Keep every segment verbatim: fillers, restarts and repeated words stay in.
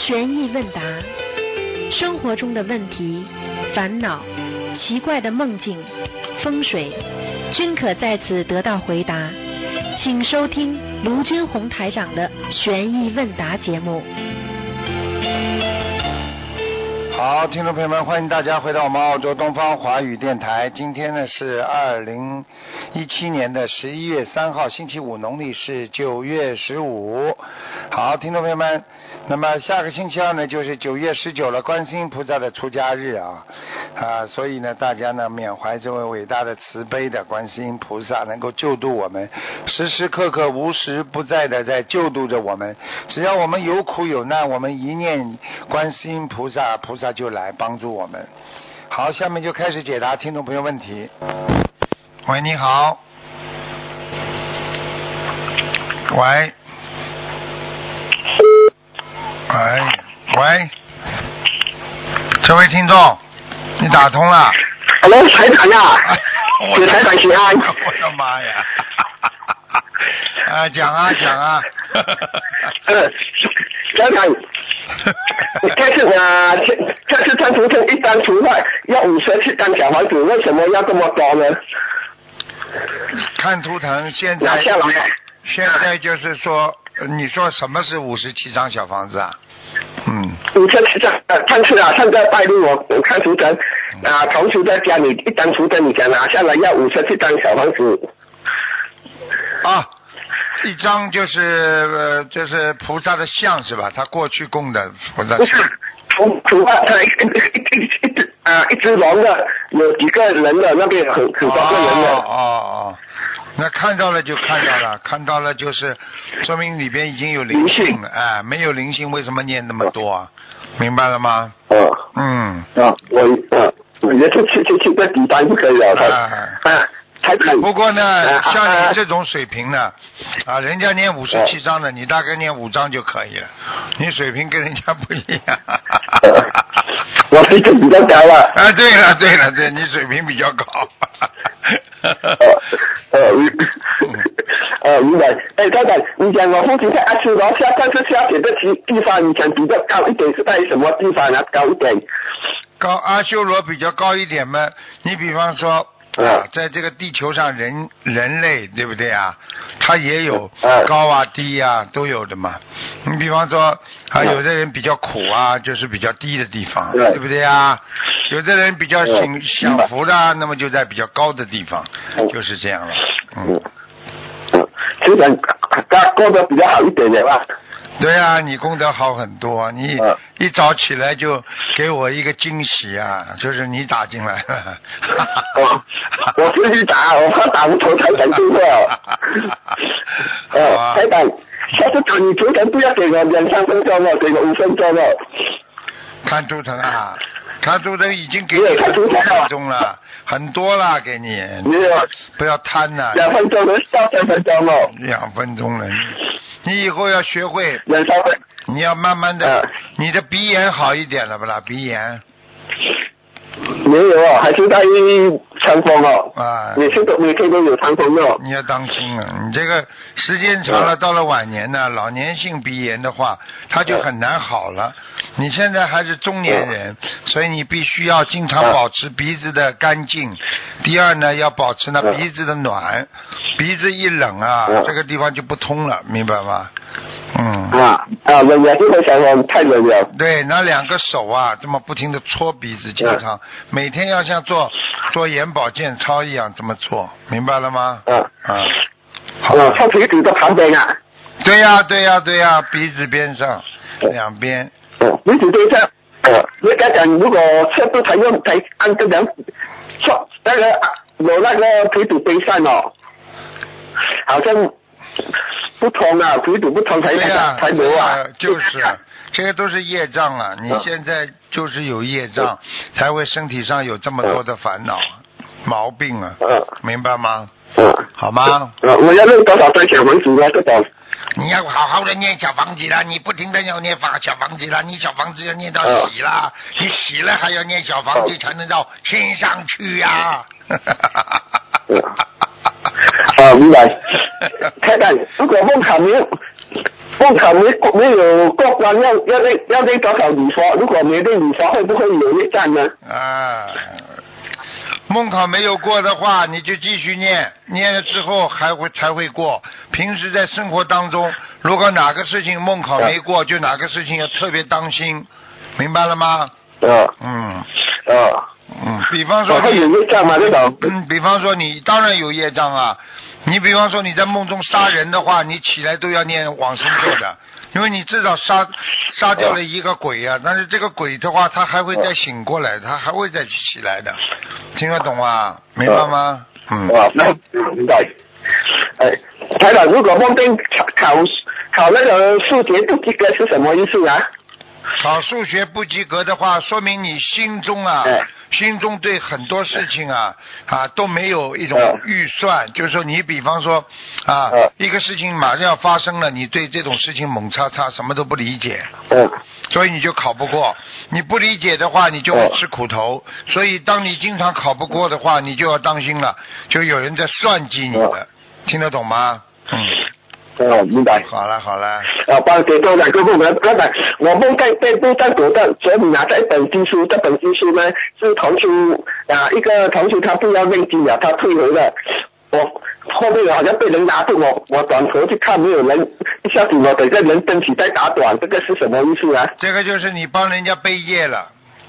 悬疑问答，生活中的问题、烦恼、奇怪的梦境、风水，均可在此得到回答。请收听卢军红台长的悬疑问答节目。 好，听众朋友们，欢迎大家回到我们澳洲东方华语电台。今天呢是二零一七年的十一月三号，星期五，农历是九月十五。好，听众朋友们，那么下个星期二呢就是九月十九了，观世音菩萨的出家日啊啊，所以呢大家呢缅怀这位伟大的慈悲的观世音菩萨，能够救度我们，时时刻刻无时不在的在救度着我们。只要我们有苦有难，我们一念观世音菩萨，菩萨就来帮助我们。好，下面就开始解答听众朋友问题。喂，你好。喂。喂喂，这位听众，你打通了。 Hello， 台长呀，给台长请安。 我的妈呀！啊，讲啊讲啊。 呃，台长，这次啊，这次看图腾一张图画要五十七张小房子，为什么要这么多呢？ 看图腾现在。拿下来。现在就是说，你说什么是五十七张小房子啊？嗯。 五十七张，呃，上次啊，上个拜六我我看图腾啊，同时在家里一张图腾，你讲拿下来要五十七张小房子。 啊。一张就是呃，就是菩萨的像是吧？他过去供的菩萨像。 图图画他一一一一只啊一只龙的，有几个人的那边很很多个人的。 哦哦哦，那看到了就看到了，看到了就是说明里边已经有灵性了。哎，没有灵性为什么念那么多啊？明白了吗？ 哦。 嗯。 啊，我啊，我也就去去去个底单就可以了。 啊。 啊。 不过呢，像你这种水平呢，啊，人家念五十七章的，你大概念五章就可以了。你水平跟人家不一样。 我水平比较高了。 啊，对了对了对，你水平比较高。 呃呃，明白。哎，太太，你讲我父亲在阿修罗下，但是下雪的地方，你讲比较高一点是在什么地方呢？高一点。 高阿修罗比较高一点嘛？你比方说。啊，在这个地球上人人类对不对啊？他也有高啊低啊都有的嘛。你比方说啊，有的人比较苦啊，就是比较低的地方，对不对啊？有的人比较享享福的，那么就在比较高的地方，就是这样了。嗯。 嗯，就讲他过得比较好一点的吧。 对啊，你功德好很多，你一早起来就给我一个惊喜啊，就是你打进来了。 哦、我自己打，我怕打不通台长电话。哦，台长，下次打你图腾不要给我两三分钟了，给我五分钟了。 看图腾啊，看图腾已经给你两分钟了，很多了给你。 没有， 不要贪呐、啊。 两分钟了，到三分钟了。 两分钟了。你以后要学会， 分你要慢慢的，呃、你的鼻炎好一点了不啦？鼻炎没有啊，还是在伤风哦。 啊， 每天都每天都有伤风哦。 你要当心啊！你这个时间长了，到了晚年呢，老年性鼻炎的话，它就很难好了。你现在还是中年人，所以你必须要经常保持鼻子的干净。第二呢，要保持呢鼻子的暖，鼻子一冷啊，这个地方就不通了，明白吗？嗯。 啊啊，冷了就会想我太冷了。 对，拿两个手啊，这么不停的搓鼻子，经常每天要像做做眼保健操一样这么做，明白了吗？ 嗯。 啊。 好。哦，靠鼻子的旁边啊。 对呀、啊、对呀、啊、对呀、啊，鼻子边上两边。 嗯，鼻子边上。呃，人家讲如果侧不才用才按个两，错那个有那个鼻子边上哦，好像。不同啊，鼻子不同才呀、 才流啊， 就是这些都是业障啊！你现在就是有业障，才会身体上有这么多的烦恼、毛病啊，明白吗？好吗？ 我要念多少张小房子啊？这种你要好好的念小房子啦，你不停的要念法小房子啦，你小房子要念到洗啦，你洗了还要念小房子才能到天上去呀、啊。 啊，明白。太太，如果梦考没有梦考没过没有过关，要要那要那多少礼佛？如果没那礼佛，会不会有业障呢？ 啊，梦考没有过的话，你就继续念，念了之后还会才会过。平时在生活当中，如果哪个事情梦考没过，就哪个事情要特别当心，明白了吗？ 嗯嗯嗯嗯，比方说会有业障吗？这种？ 嗯，比方说你当然有业障啊。你比方说你在梦中杀人的话，你起来都要念往生咒的，因为你至少杀杀掉了一个鬼啊。但是这个鬼的话，他还会再醒过来，他还会再起来的，听得懂吗？明白吗？嗯。 哇，那明白。哎，台长，如果梦见考考考那个数学不及格是什么意思啊？ 考数学不及格的话，说明你心中啊， 哎心中对很多事情啊啊都没有一种预算，就是说你比方说啊， 嗯一个事情马上要发生了，你对这种事情猛叉叉什么都不理解， 嗯所以你就考不过。你不理解的话，你就会吃苦头。所以当你经常考不过的话，你就要当心了，就有人在算计你的，听得懂吗？嗯。 哦，明白。 好了好了。 啊，帮给多两个梦呢，刚才我梦见被不占夺的，所以你拿着一本经书，这本经书呢是同学啊，一个同学他不要念经了，他退回了。我后面好像被人拿住我，我转头去看，没有人，一下子我整个人登起在打短，这个是什么意思啊？ 这个就是你帮人家背业了。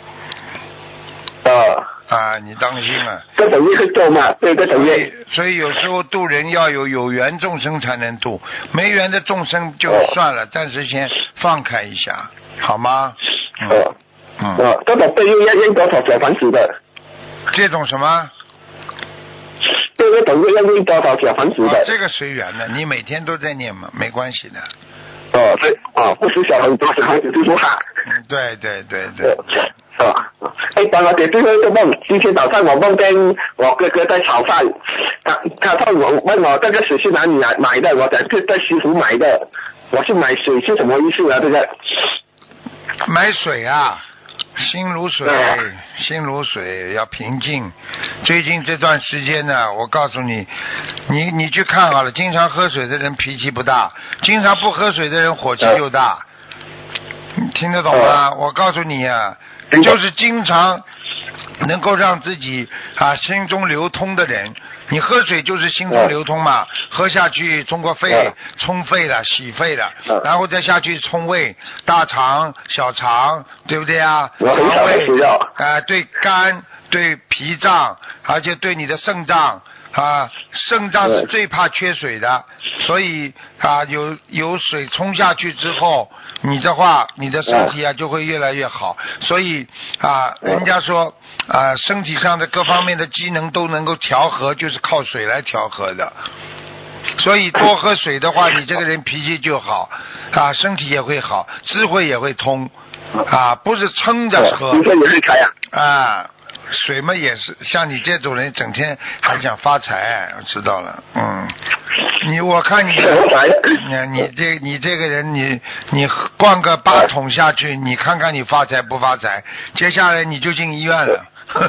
啊。 啊，你当心啊！ 这等于是做嘛，对，这等于。 所以有时候渡人要有有缘众生才能渡，没缘的众生就算了，暂时先放开一下，好吗？嗯。 呃嗯。 呃，这种背业要念多少小房子的？ 这种什么？ 这个等于要念多少小房子的？ 啊，这个随缘的，你每天都在念嘛，没关系的。 哦，对，啊，不是小房子，小房子就说哈。 嗯，对对对对。 是吧？哎，帮我解最后一个梦。今天早上我梦见我哥哥在炒饭，他他问我问我这个水是哪里来买的，我讲是在西湖买的。我是买水是什么意思啊？这个？ 买水啊，心如水，心如水要平静。最近这段时间呢，我告诉你，你你去看好了，经常喝水的人脾气不大，经常不喝水的人火气就大。听得懂吗？我告诉你啊。就是经常能够让自己啊心中流通的人，你喝水就是心中流通嘛，喝下去通过肺冲肺了洗肺了，然后再下去冲胃大肠小肠，对不对啊？肠胃啊对肝对脾脏，而且对你的肾脏啊，肾脏是最怕缺水的，所以啊有有水冲下去之后，你的话你的身体啊就会越来越好。所以啊人家说啊身体上的各方面的机能都能够调和，就是靠水来调和的。所以多喝水的话，你这个人脾气就好啊，身体也会好，智慧也会通啊，不是撑着喝啊。水嘛也是，像你这种人整天还想发财，我知道了，嗯，你我看你，你你这你这个人，你你灌个八桶下去，你看看你发财不发财？接下来你就进医院了。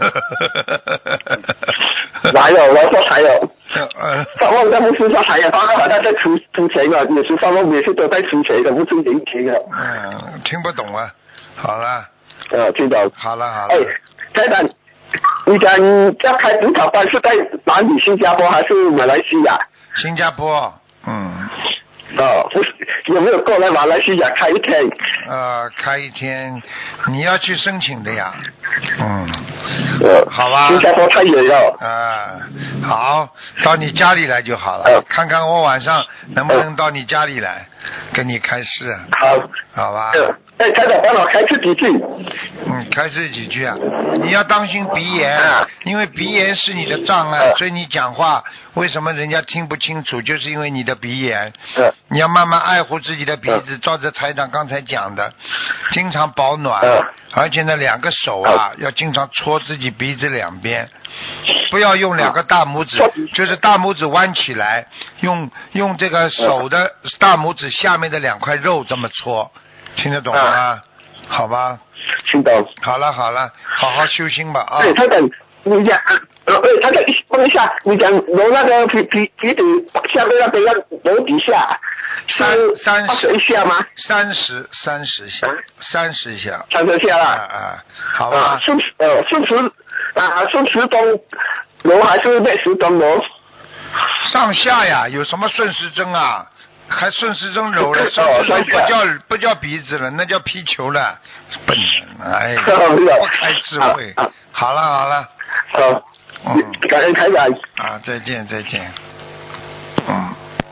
哪有？我说还有。发梦在不是说还有，发梦好像在出出钱了，有时发梦每次都在出钱的，不是零钱的。 嗯，听不懂啊。好了。 呃，听懂。 好了好了。 哎，台长。你讲要开辅导班是在哪里？新加坡还是马来西亚？ 新加坡，嗯。 哦，不是，有没有过来马来西亚开一天？ 呃，开一天，你要去申请的呀。嗯。 呃， 好吧。 新加坡太远了。 啊，好，到你家里来就好了。 呃、 看看我晚上能不能到你家里来，跟你开示。 好。 好吧。 呃哎，台长，帮我开示几句。 嗯，开示几句啊！你要当心鼻炎， 啊、 因为鼻炎是你的障碍，啊、所以你讲话为什么人家听不清楚，就是因为你的鼻炎。 啊、 你要慢慢爱护自己的鼻子，啊、照着台长刚才讲的，经常保暖，啊、而且呢，两个手啊，啊要经常搓自己鼻子两边。不要用两个大拇指，就是大拇指弯起来，用用这个手的大拇指下面的两块肉这么搓。听得懂吗？啊、好吧， 听懂。 好了好了，好好修心吧啊！ 对，他讲你讲，呃，他讲问一下，你讲揉那个皮皮皮底下面那边要揉几下？ 三三二十一下吗？ 三十三十下，三十下， 三十下啦。 啊啊，好吧。 啊，顺呃顺时啊顺时钟揉还是逆时钟揉？ 上下呀，有什么顺时针啊？还顺时针揉了， 哦顺时针不上叫不叫鼻子了，那叫皮球了，笨人，哎，不开智慧。 啊啊好了好了， 好， 嗯， 感恩台长。 啊，再见再见，嗯。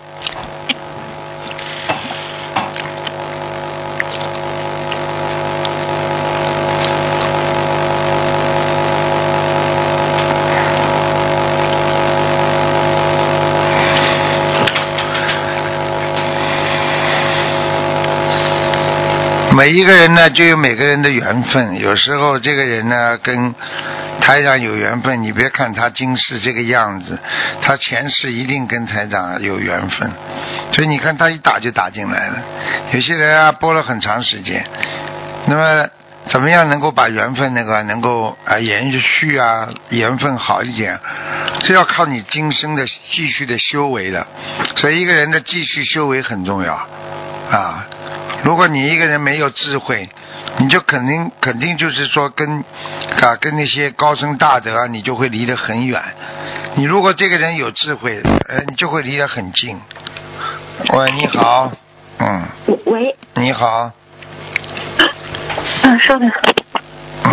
每一个人呢，就有每个人的缘分。有时候这个人呢，跟台长有缘分。你别看他今世这个样子，他前世一定跟台长有缘分。所以你看，他一打就打进来了。有些人啊，播了很长时间。那么，怎么样能够把缘分那个能够啊延续啊，缘分好一点？这要靠你今生的继续的修为了。所以，一个人的继续修为很重要啊。如果你一个人没有智慧，你就肯定肯定就是说跟啊跟那些高僧大德啊，你就会离得很远。你如果这个人有智慧，呃，你就会离得很近。喂，你好，嗯。 喂。 你好。 嗯，稍等。 嗯。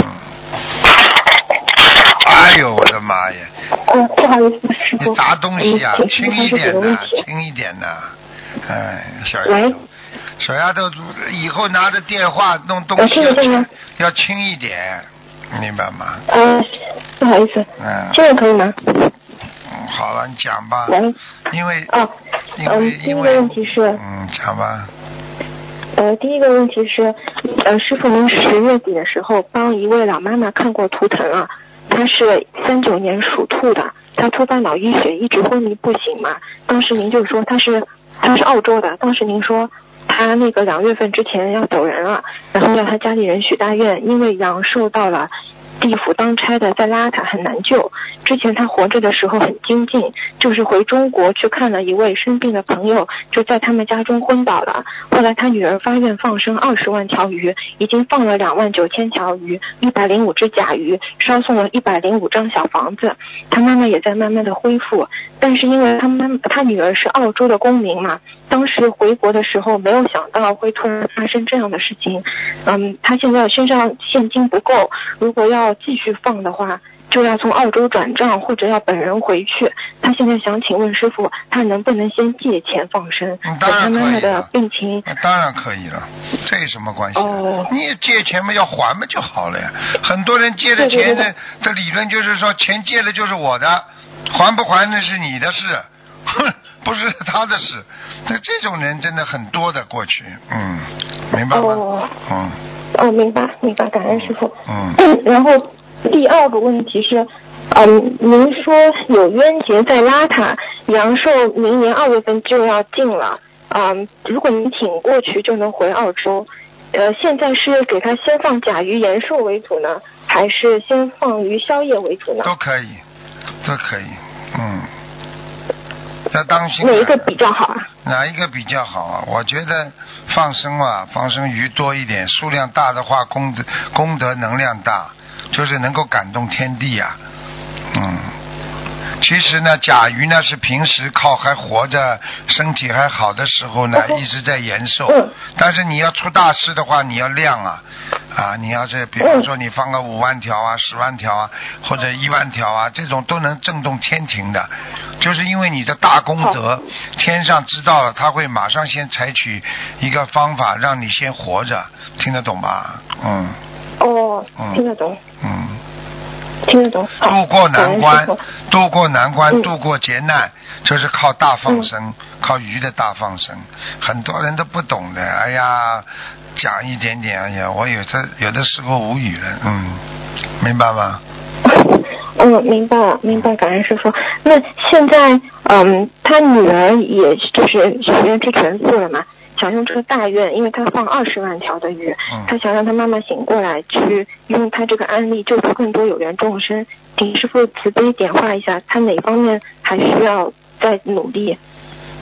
哎呦，我的妈呀！ 嗯，不好意思，师傅。 你砸东西呀、啊，轻一点的，轻一点的。哎，小丫头，小丫头，以后拿着电话弄东西要轻，要轻一点，明白吗？ 嗯，不好意思。 嗯。 现在可以吗？ 嗯，好了，你讲吧。 喂。 因为。 哦。 因为嗯，第一个问题是。 嗯，讲吧。 呃，第一个问题是，呃，师傅，您十月底的时候帮一位老妈妈看过图腾啊，她是三九年属兔的，她突发脑溢血，一直昏迷不醒嘛。当时您就说她是她是澳洲的，当时您说她那个两月份之前要走人了，然后要她家里人许大愿，因为阳寿到了。地府当差的在拉他很难救，之前他活着的时候很精进，就是回中国去看了一位生病的朋友，就在他们家中昏倒了。后来他女儿发愿放生二十万条鱼，已经放了两万九千条鱼，一百零五只甲鱼，烧送了一百零五张小房子。他妈妈也在慢慢的恢复，但是因为他妈他女儿是澳洲的公民嘛，当时回国的时候没有想到会突然发生这样的事情。嗯，他现在身上现金不够，如果要继续放的话，就要从澳洲转账或者要本人回去。他现在想请问师傅，他能不能先借钱放生？ 等他妈妈的病情。 当然可以了，这有什么关系？ 哦， 你也借钱嘛，要还嘛就好了呀。很多人借的钱呢，的理论就是说，钱借了就是我的，还不还那是你的事，哼，不是他的事。那这种人真的很多的，过去，嗯，明白吗？ 哦， 嗯。 哦，明白明白，感恩师傅。 嗯。 然后第二个问题是，嗯，您说有冤结在拉他，阳寿明年二月份就要尽了，嗯，如果您挺过去就能回澳洲，呃，现在是给他先放甲鱼延寿为主呢，还是先放鱼宵夜为主呢？ 都可以，都可以，嗯。要当心。 哪一个比较好啊？ 哪一个比较好啊？我觉得放生啊，放生鱼多一点，数量大的话，功德功德能量大，就是能够感动天地啊。嗯，其实呢，甲鱼呢是平时靠还活着、身体还好的时候呢， okay. 一直在延寿。 嗯。 但是你要出大事的话，你要量啊啊！你要是比方说你放个五万条啊、十万条啊，或者一万条啊，这种都能震动天庭的。就是因为你的大功德，天上知道了，他会马上先采取一个方法让你先活着，听得懂吧？嗯。 哦， 嗯、 听得懂。 嗯。 听得懂。 渡过难关，渡过难关， 嗯、 渡过劫难，就是靠大放生，嗯、靠鱼的大放生。很多人都不懂的，哎呀，讲一点点，哎呀，我有的有的时候无语了，嗯，明白吗？ 嗯，明白了，明白，感恩师傅。那现在，嗯，他女儿也就是许愿吃全素了嘛，想用这个大愿，因为他放二十万条的鱼， 嗯、 他想让他妈妈醒过来，去用他这个案例救助更多有缘众生。请师傅慈悲点化一下，他哪方面还需要再努力？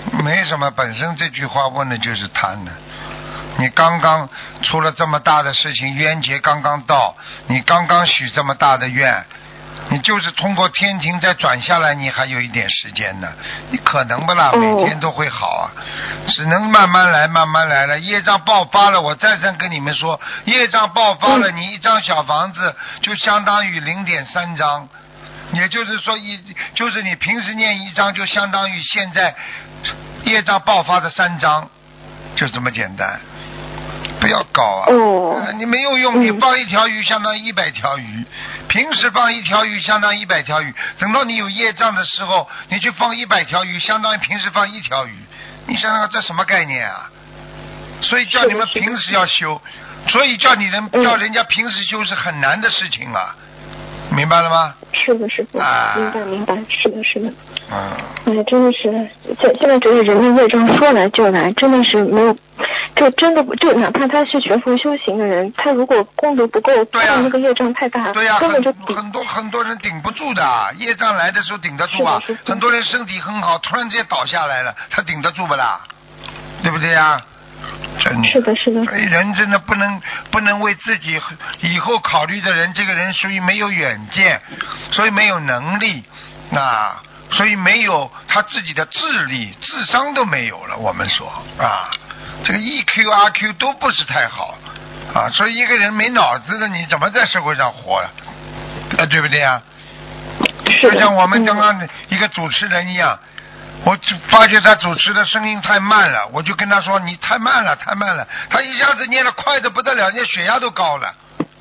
没什么，本身这句话问的就是贪的。你刚刚出了这么大的事情，冤结刚刚到，你刚刚许这么大的愿，你就是通过天庭再转下来，你还有一点时间呢，你可能不啦？每天都会好啊，只能慢慢来，慢慢来了。业障爆发了，我再三跟你们说，业障爆发了，你一张小房子就相当于零点三张，也就是说一就是你平时念一张，就相当于现在业障爆发的三张，就这么简单。不要搞啊！ 哦， 你没有用，你放一条鱼相当于一百条鱼，平时放一条鱼相当于一百条鱼，等到你有业障的时候，你去放一百条鱼，相当于平时放一条鱼，你想想这什么概念啊？所以叫你们平时要修，所以叫你人叫人家平时修是很难的事情啊，明白了吗？ 是的，是的， 啊、 明白明白，是的，是的。 嗯。 哎，真的是，现现在觉得人的业障说来就来，真的是没有。就真的就哪怕他是学佛修行的人，他如果功德不够，他的那个业障太大， 对呀、啊， 根本就很很多很多人顶不住的，业障来的时候顶得住啊。很多人身体很好，突然之间倒下来了，他顶得住不啦？对不对呀、啊？真的是的，是的。 所以人真的不能不能为自己以后考虑的人，这个人属于没有远见，所以没有能力啊，所以没有他自己的智力，智商都没有了。我们说啊。这个 E Q R Q 都不是太好啊，所以一个人没脑子的，你怎么在社会上活呀、啊？啊，对不对呀、啊？就像我们刚刚一个主持人一样，我发觉他主持的声音太慢了，我就跟他说：“你太慢了，太慢了。”他一下子念得快的不得了，连血压都高了。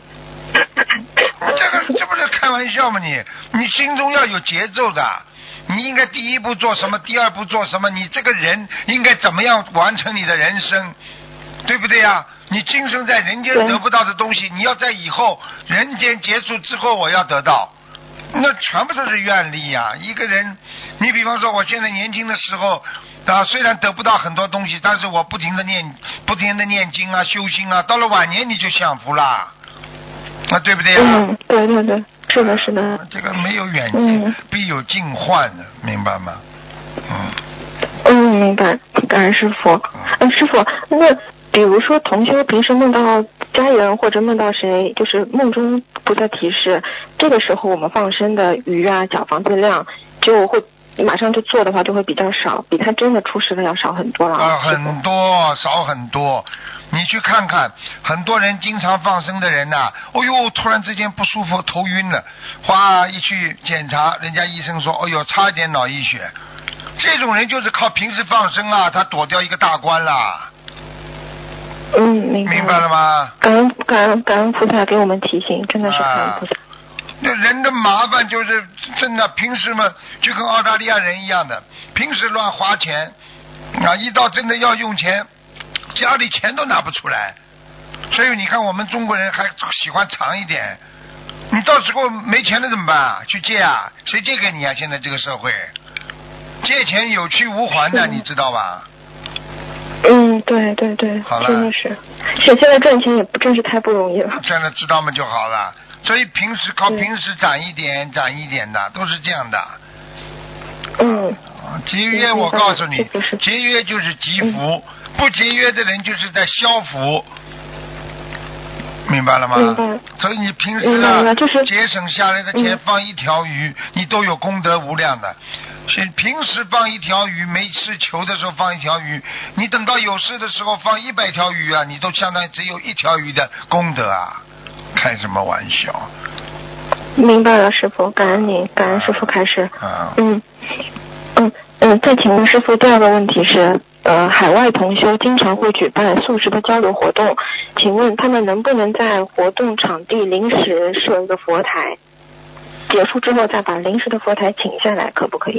这个这不是开玩笑吗你？你心中要有节奏的。你应该第一步做什么，第二步做什么，你这个人应该怎么样完成你的人生，对不对呀？你今生在人间得不到的东西，你要在以后人间结束之后我要得到，那全部都是愿力呀。一个人，你比方说我现在年轻的时候啊，虽然得不到很多东西，但是我不停的念不停的念经啊修心啊，到了晚年你就享福啦，啊对不对呀？ 嗯，对对对。是的，是的， 这个没有远近，嗯、必有近患的，明白吗？嗯。 嗯，明白。感恩师傅。嗯，师傅，那比如说同修平时梦到家人或者梦到谁，就是梦中菩萨提示，这个时候我们放生的鱼啊、小房子量就会马上就做的话，就会比较少，比他真的出事的要少很多了。 啊，很多，少很多。你去看看，很多人经常放生的人呐、啊，哦呦，突然之间不舒服，头晕了，哗一去检查，人家医生说，哦呦，差一点脑溢血。这种人就是靠平时放生啊，他躲掉一个大关啦。 嗯，明白。 明白了吗？ 感恩感恩感恩菩萨给我们提醒，真的是感恩菩萨。 那、啊、人的麻烦就是真的，平时嘛就跟澳大利亚人一样的，平时乱花钱啊，一到真的要用钱。家里钱都拿不出来，所以你看我们中国人还喜欢藏一点。你到时候没钱了怎么办？去借啊？谁借给你啊？现在这个社会，借钱有去无还的，你知道吧？ 嗯，对对对， 好了， 真的是，现现在赚钱也不真是太不容易了。 现在知道吗就好了。所以平时靠平时攒一点，攒一点的，都是这样的。 嗯。 节约，我告诉你，节约就是积福。嗯，不节约的人就是在消福，明白了吗？ 明白。 所以你平时啊，就是节省下来的钱、嗯、放一条鱼，你都有功德无量的。平时放一条鱼，没事求的时候放一条鱼，你等到有事的时候放一百条鱼啊，你都相当于只有一条鱼的功德啊！开什么玩笑？ 明白了，师父，感恩您，感恩师父开示。 啊、 嗯嗯嗯，再请问师父，第二个问题是。呃，海外同修经常会举办素食的交流活动，请问他们能不能在活动场地临时设一个佛台，结束之后再把临时的佛台请下来，可不可以？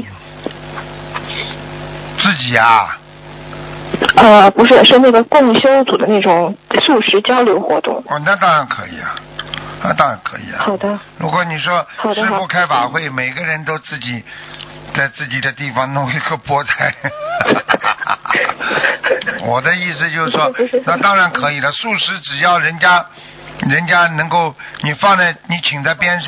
自己啊？ 呃，不是，是那个共修组的那种素食交流活动。 哦，那当然可以啊，那当然可以啊。 好的。 如果你说师父开法会， 嗯、 每个人都自己。在自己的地方弄一个佛台，我的意思就是说，那当然可以了。素食只要人家，人家能够你放在你请在边上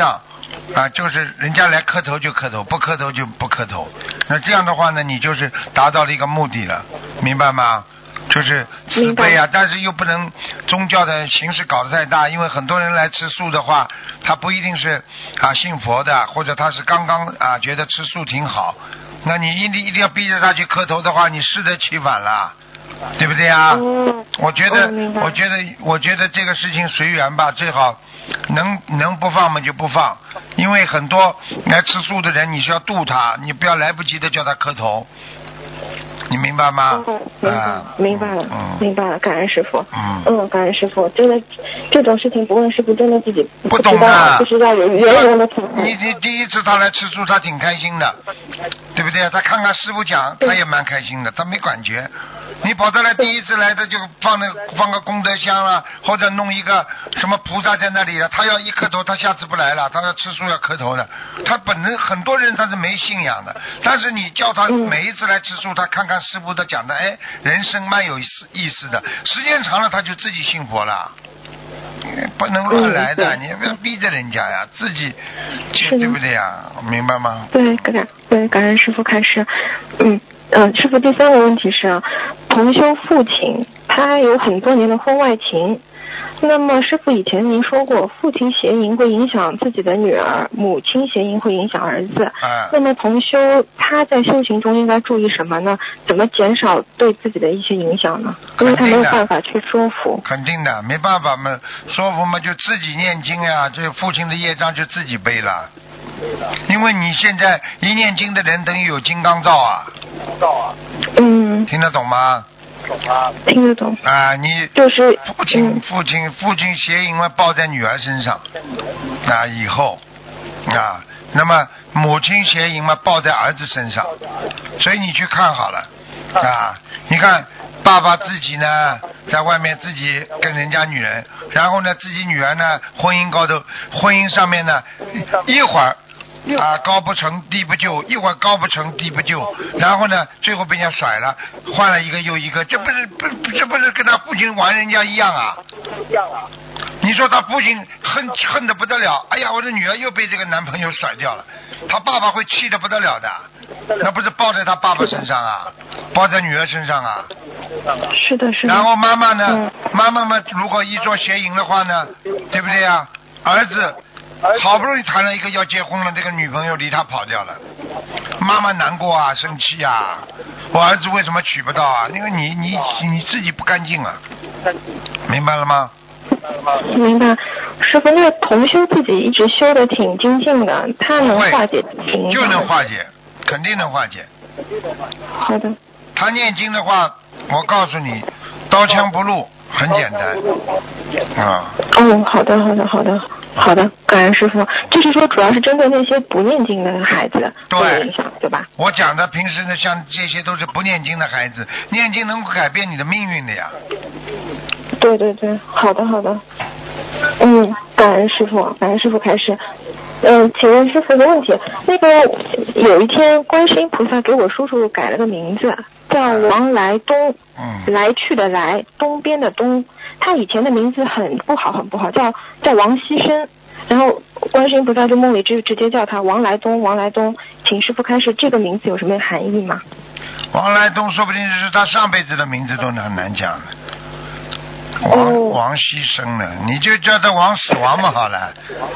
啊，就是人家来磕头就磕头，不磕头就不磕头。那这样的话呢，你就是达到了一个目的了，明白吗？就是慈悲啊，但是又不能宗教的形式搞得太大，因为很多人来吃素的话，他不一定是啊信佛的，或者他是刚刚啊觉得吃素挺好，那你一定一定要逼着他去磕头的话，你适得其反了，对不对啊？ 嗯、 我觉得， 嗯、 我觉得，我觉得这个事情随缘吧，最好能能不放嘛就不放，因为很多来吃素的人，你是要度他，你不要来不及的叫他磕头。你明白吗？ 嗯，明白， 啊、 明白了、 嗯， 明白了，感恩师傅。 嗯， 嗯，感恩师傅，真的这种事情不问师傅，真的自己不懂的， 不知道有圆融的存在。 你你第一次他来吃素，他挺开心的，对不对？他看看师傅讲，他也蛮开心的，他没感觉。你跑到来第一次来的就放那放个功德箱了，或者弄一个什么菩萨在那里了，他要一磕头，他下次不来了，他要吃素要磕头的。他本人很多人他是没信仰的，但是你叫他每一次来吃素，他看看师傅的讲的，哎，人生蛮有意思意思的，时间长了他就自己信佛了。不能乱来的， 嗯、 你不要逼着人家呀，自己对不对呀？明白吗？ 对，感对感恩师傅开始，嗯。嗯，师傅，第三个问题是，同修父亲他有很多年的婚外情，那么师傅以前您说过，父亲邪淫会影响自己的女儿，母亲邪淫会影响儿子。 嗯。 那么同修他在修行中应该注意什么呢？怎么减少对自己的一些影响呢？因为他没有办法去说服。 肯定的，没办法嘛，说服嘛就自己念经呀，这父亲的业障就自己背了。因为你现在一念经的人等于有金刚罩啊， 嗯， 听得懂吗？ 听得懂啊，你就是父亲、 嗯、 父亲父亲邪淫嘛报在女儿身上啊，以后啊，那么母亲邪淫嘛报在儿子身上，所以你去看好了啊，你看爸爸自己呢在外面自己跟人家女人，然后呢自己女儿呢婚姻高头婚姻上面呢一会儿啊高不成低不就，一会儿高不成低不就，然后呢最后被人家甩了，换了一个又一个，这不是不这不是跟他父亲玩人家一样啊？你说他父亲恨恨得不得了，哎呀我的女儿又被这个男朋友甩掉了，他爸爸会气得不得了的，那不是报在他爸爸身上啊，报在女儿身上啊。 是的，是的。 然后妈妈呢？ 嗯、 妈妈们如果一做邪淫的话呢，对不对呀？儿子好不容易谈了一个要结婚了，这个女朋友离他跑掉了，妈妈难过啊，生气啊，我儿子为什么娶不到啊？因为你你你自己不干净啊，明白了吗？ 明白，师傅，那同修自己一直修的挺精进的，他能化解情就能化解，肯定能化解。 好的。 他念经的话，我告诉你，刀枪不入，很简单啊。 哦，好的，好的，好的，好的，感恩师傅。就是说，主要是针对那些不念经的孩子对影响，对吧？ 我讲的平时呢，像这些都是不念经的孩子，念经能够改变你的命运的呀。 对对对，好的好的。嗯，感恩师傅，感恩师傅开始。嗯，请问师傅一个问题，那个有一天观世音菩萨给我叔叔改了个名字，叫王来东， 嗯， 来去的来，东边的东。他以前的名字很不好很不好，叫叫王希生，然后观世音菩萨就梦里直直接叫他王来东，王来东。请师傅开始，这个名字有什么含义吗？ 王来东说不定是他上辈子的名字都很难讲的。王、 哦、 王牺牲了，你就叫他王死亡嘛好了。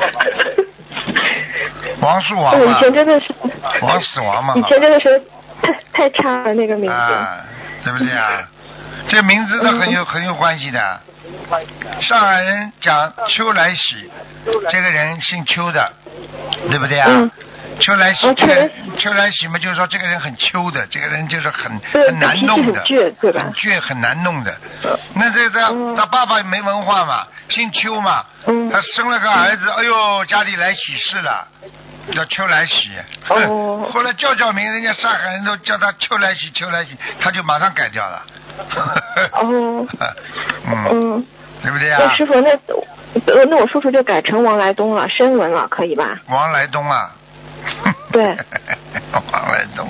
王树王嘛， 以前真的是王死亡嘛， 以前真的是太太差了那个名字， 啊，对不对啊？这名字呢很有、嗯、很有关系的。上海人讲邱来喜，这个人姓邱的，对不对啊？ 嗯、 邱来喜，这个人邱来喜嘛，就是说这个人很邱的，这个人就是很很难弄的， 很倔，对吧？ 很倔，很难弄的。那这这、嗯、他爸爸没文化嘛，姓邱嘛， 嗯、 他生了个儿子，哎呦，家里来喜事了。叫邱来喜， 哦， 后来叫叫名，人家上海人都叫他邱来喜，邱来喜，他就马上改掉了。 哦， 嗯， 嗯， 对不对啊？ 那师傅，那呃，那我叔叔就改成王来东了，申文了，可以吧？ 王来东啊？ 对。 王来东，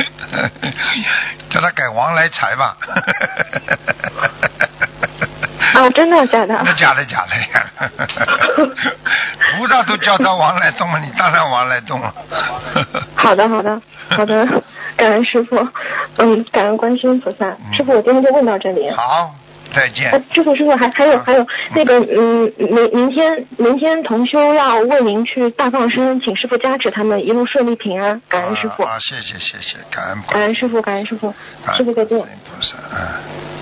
叫他改王来财吧。 啊，真的假的？ 那假的假的呀！菩萨都叫他王来动了，你当然王来动了。 好的，好的，好的，感恩师傅，嗯，感恩观世音菩萨。 嗯、 师傅，我今天就问到这里。 好，再见。 啊、师傅，师傅，还还有还有那个，嗯，明明天明天同修要为您去大放生，请师傅加持他们一路顺利平安，感恩师傅。 啊，啊谢谢谢谢，感恩。 感恩师傅，感恩师傅，师傅再见。 菩萨啊。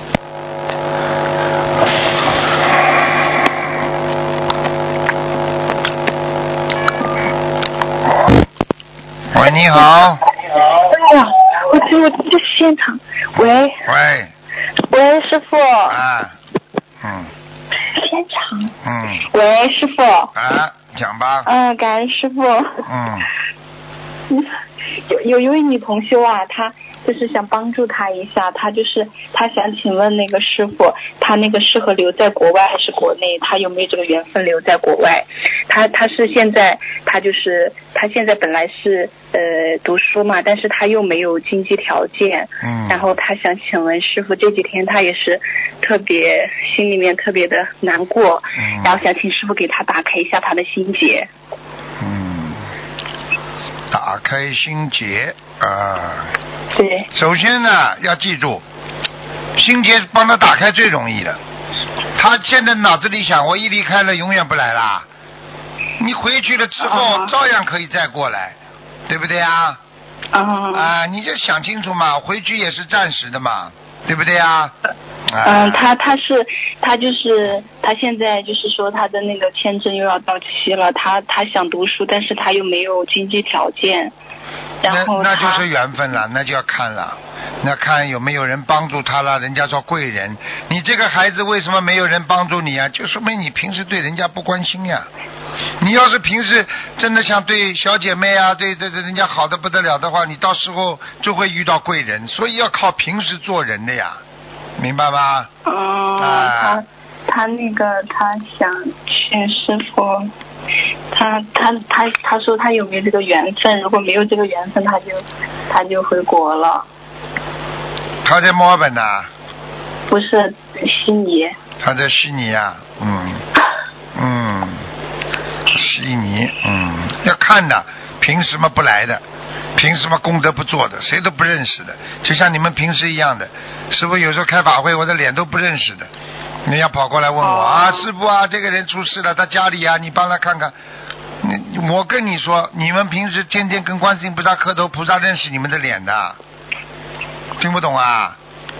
喂，你好。 哎呀，我这我这是现场。喂。 喂。 喂，师傅。 啊。嗯。 现场。 嗯。 喂，师傅。 啊，讲吧。 嗯，感恩师傅。 嗯。 有有一位女同修啊，她就是想帮助她一下，她就是她想请问那个师傅，她那个适合留在国外还是国内？她有没有这个缘分留在国外？她她是现在她就是她现在本来是呃读书嘛，但是她又没有经济条件， 嗯， 然后她想请问师傅，这几天她也是特别心里面特别的难过， 嗯， 然后想请师傅给她打开一下她的心结。 嗯，打开心结啊。 对。 首先呢，要记住，心结帮他打开最容易的。他现在脑子里想，我一离开了，永远不来啦。你回去了之后， 啊、 照样可以再过来，对不对啊？ 啊。 啊，你就想清楚嘛，回去也是暂时的嘛，对不对啊？ 嗯，他他是他就是他现在就是说他的那个签证又要到期了，他他想读书，但是他又没有经济条件，然后那那就是缘分了，那就要看了，那看有没有人帮助他了。人家说贵人，你这个孩子为什么没有人帮助你啊？就说明你平时对人家不关心呀。你要是平时真的像对小姐妹啊，对对对人家好的不得了的话，你到时候就会遇到贵人，所以要靠平时做人的呀。明白吗？ 嗯，啊、他他那个他想请师傅，他他他他说他有没有这个缘分？如果没有这个缘分，他就他就回国了。 他在墨尔本呐、啊？ 不是悉尼。 他在悉尼啊，嗯嗯，悉尼，嗯，要看的，凭什么不来的？凭什么功德不做的？谁都不认识的，就像你们平时一样的。师父有时候开法会，我的脸都不认识的，人家跑过来问我、哦、啊，师父啊，这个人出事了，他家里啊，你帮他看看。你我跟你说，你们平时天天跟观世音菩萨磕头，菩萨认识你们的脸的，听不懂啊？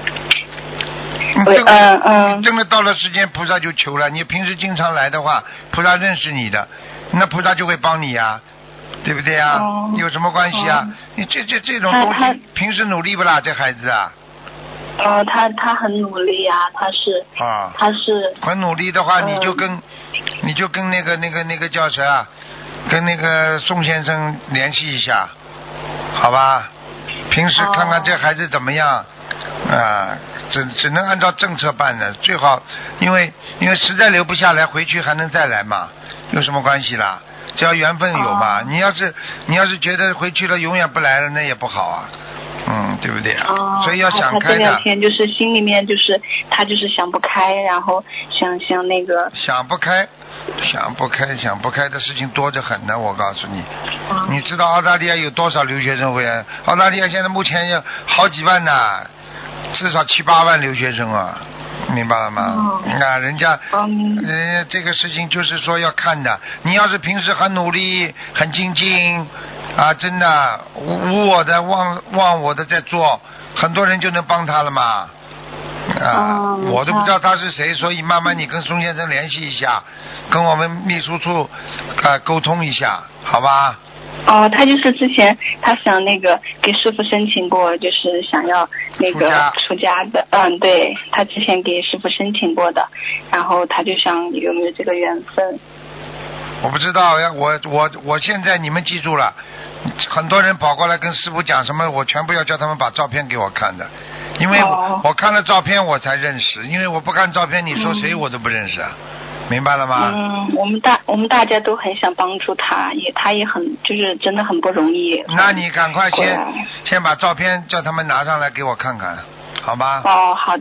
嗯嗯。 真的到了时间，菩萨就求了。你平时经常来的话，菩萨认识你的，那菩萨就会帮你呀。对不对啊、哦？有什么关系啊？哦、你这这这种东西，平时努力不啦？这孩子啊？ 呃，他他很努力啊，他是啊， 他是很努力的话， 呃、 你就跟你就跟那个那个那个叫谁啊？跟那个宋先生联系一下，好吧？平时看看这孩子怎么样啊？只只能按照政策办的，最好因为因为实在留不下来，回去还能再来嘛，有什么关系啦？只要缘分有嘛，哦、你要是你要是觉得回去了永远不来了，那也不好啊，嗯，对不对啊？ 哦、 所以要想开的。 他这两天就是心里面就是他就是想不开，然后想想那个。 想不开，想不开，想不开的事情多着很呢。我告诉你，哦、你知道澳大利亚有多少留学生会啊？澳大利亚现在目前有好几万呢，至少七八万留学生啊。明白了吗？ 嗯、 啊，人家， 嗯、 人家这个事情就是说要看的。你要是平时很努力、很精进，啊，真的无我的、忘忘我的在做，很多人就能帮他了嘛。啊， 嗯、 我都不知道他是谁，所以慢慢你跟宋先生联系一下，跟我们秘书处啊沟通一下，好吧？ 哦，他就是之前他想那个给师傅申请过，就是想要那个出家的，嗯，对，他之前给师傅申请过的，然后他就想有没有这个缘分。 我不知道呀，我我我现在你们记住了，很多人跑过来跟师傅讲什么，我全部要叫他们把照片给我看的，因为我、 哦、 我看了照片我才认识，因为我不看照片，你说谁我都不认识啊。嗯明白了吗？ 嗯，我们大我们大家都很想帮助他，也他也很就是真的很不容易。 那你赶快先先把照片叫他们拿上来给我看看，好吧？ 哦，好的，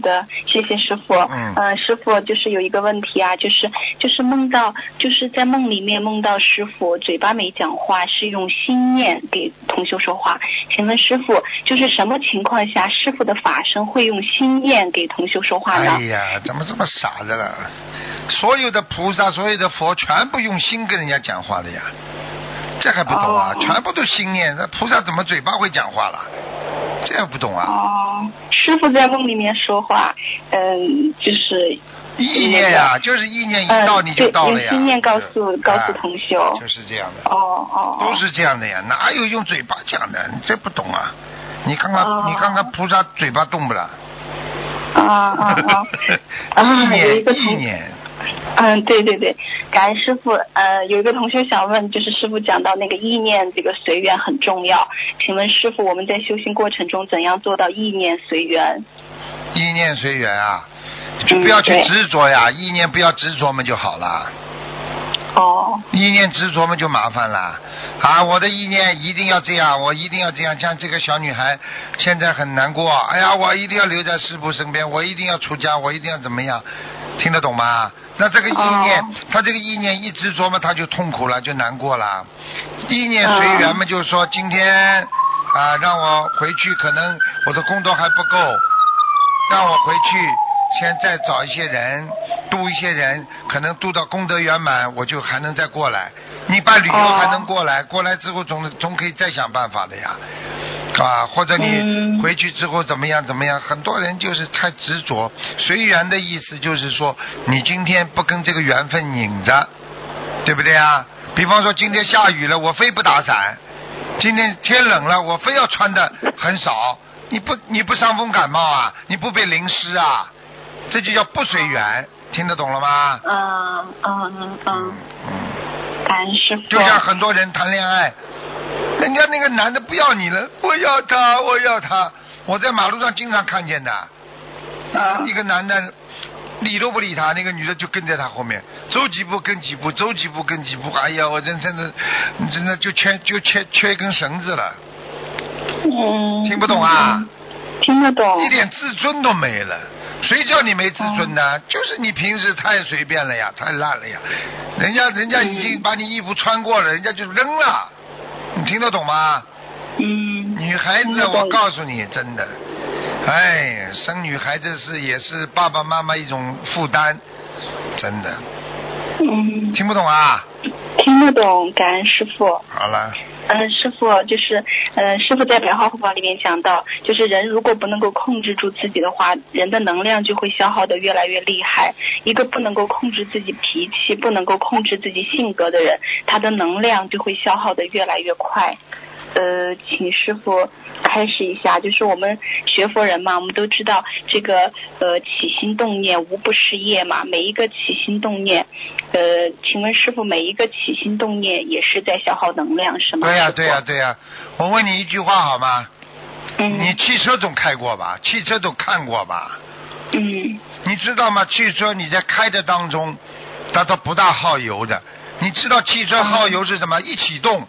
谢谢师傅。 嗯， 呃，师傅就是有一个问题啊，就是就是梦到就是在梦里面梦到师傅嘴巴没讲话，是用心念给同修说话。请问师傅，就是什么情况下师傅的法身会用心念给同修说话呢？ 哎呀，怎么这么傻的了？所有的菩萨，所有的佛，全部用心跟人家讲话的呀。这还不懂啊？ 哦、 全部都心念，那菩萨怎么嘴巴会讲话了？这还不懂啊？ 哦，师傅在梦里面说话，嗯，就是意念呀、啊，就是意念一到你就到了呀。 用心念告诉告诉同修、 啊，就是这样的。 哦哦， 都是这样的呀，哪有用嘴巴讲的？你这不懂啊？你看看， 哦、 你看看菩萨嘴巴动不了？ 啊啊啊！ 意念， 意念。 嗯，对对对，感恩师傅。呃，有一个同学想问，就是师傅讲到那个意念，这个随缘很重要。请问师傅，我们在修行过程中怎样做到意念随缘？ 意念随缘啊，就不要去执着呀，嗯、意念不要执着嘛就好了。 哦。 意念执着嘛就麻烦了啊！我的意念一定要这样，我一定要这样。像这个小女孩现在很难过，哎呀，我一定要留在师父身边，我一定要出家，我一定要怎么样？听得懂吗？那这个意念，他、oh. 这个意念一执着嘛，他就痛苦了，就难过了。意念随缘嘛， uh. 就是说今天啊，让我回去，可能我的工作还不够，让我回去，先再找一些人，度一些人，可能度到功德圆满，我就还能再过来。你办旅游还能过来， oh. 过来之后总总可以再想办法的呀。啊，或者你回去之后怎么样怎么样？很多人就是太执着。随缘的意思就是说，你今天不跟这个缘分拧着，对不对啊？比方说今天下雨了，我非不打伞；今天天冷了，我非要穿的很少。你不你不伤风感冒啊？你不被淋湿啊？这就叫不随缘，听得懂了吗？ 嗯嗯嗯嗯。感恩师父。 就像很多人谈恋爱。人家那个男的不要你了，我要他，我要他。我在马路上经常看见的，啊，一个男的理都不理他，那个女的就跟在他后面，走几步跟几步，走几步跟几步。哎呀，我真真的，真的就缺就缺缺一根绳子了。 嗯。 听不懂啊？ 听得懂。 一点自尊都没了。谁叫你没自尊呢？嗯、就是你平时太随便了呀，太烂了呀。人家人家已经把你衣服穿过了，人家就扔了。你听得懂吗？ 嗯。 女孩子，我告诉你，真的，哎，生女孩子是也是爸爸妈妈一种负担，真的。 嗯。 听不懂啊？ 听得懂，感恩师父。 好了。 嗯，师父就是，嗯，师父在《白话佛法》里面讲到，就是人如果不能够控制住自己的话，人的能量就会消耗得越来越厉害。一个不能够控制自己脾气、不能够控制自己性格的人，他的能量就会消耗得越来越快。呃，请师父开示一下，就是我们学佛人嘛，我们都知道这个呃起心动念无不是业嘛，每一个起心动念，呃，请问师父，每一个起心动念也是在消耗能量是吗？ 对呀、啊、对呀、啊、对呀、啊，我问你一句话好吗？ 嗯。 你汽车总开过吧？汽车都看过吧？ 嗯。 你知道吗？汽车你在开的当中，它都不大耗油的。你知道汽车耗油是什么？嗯、一启动。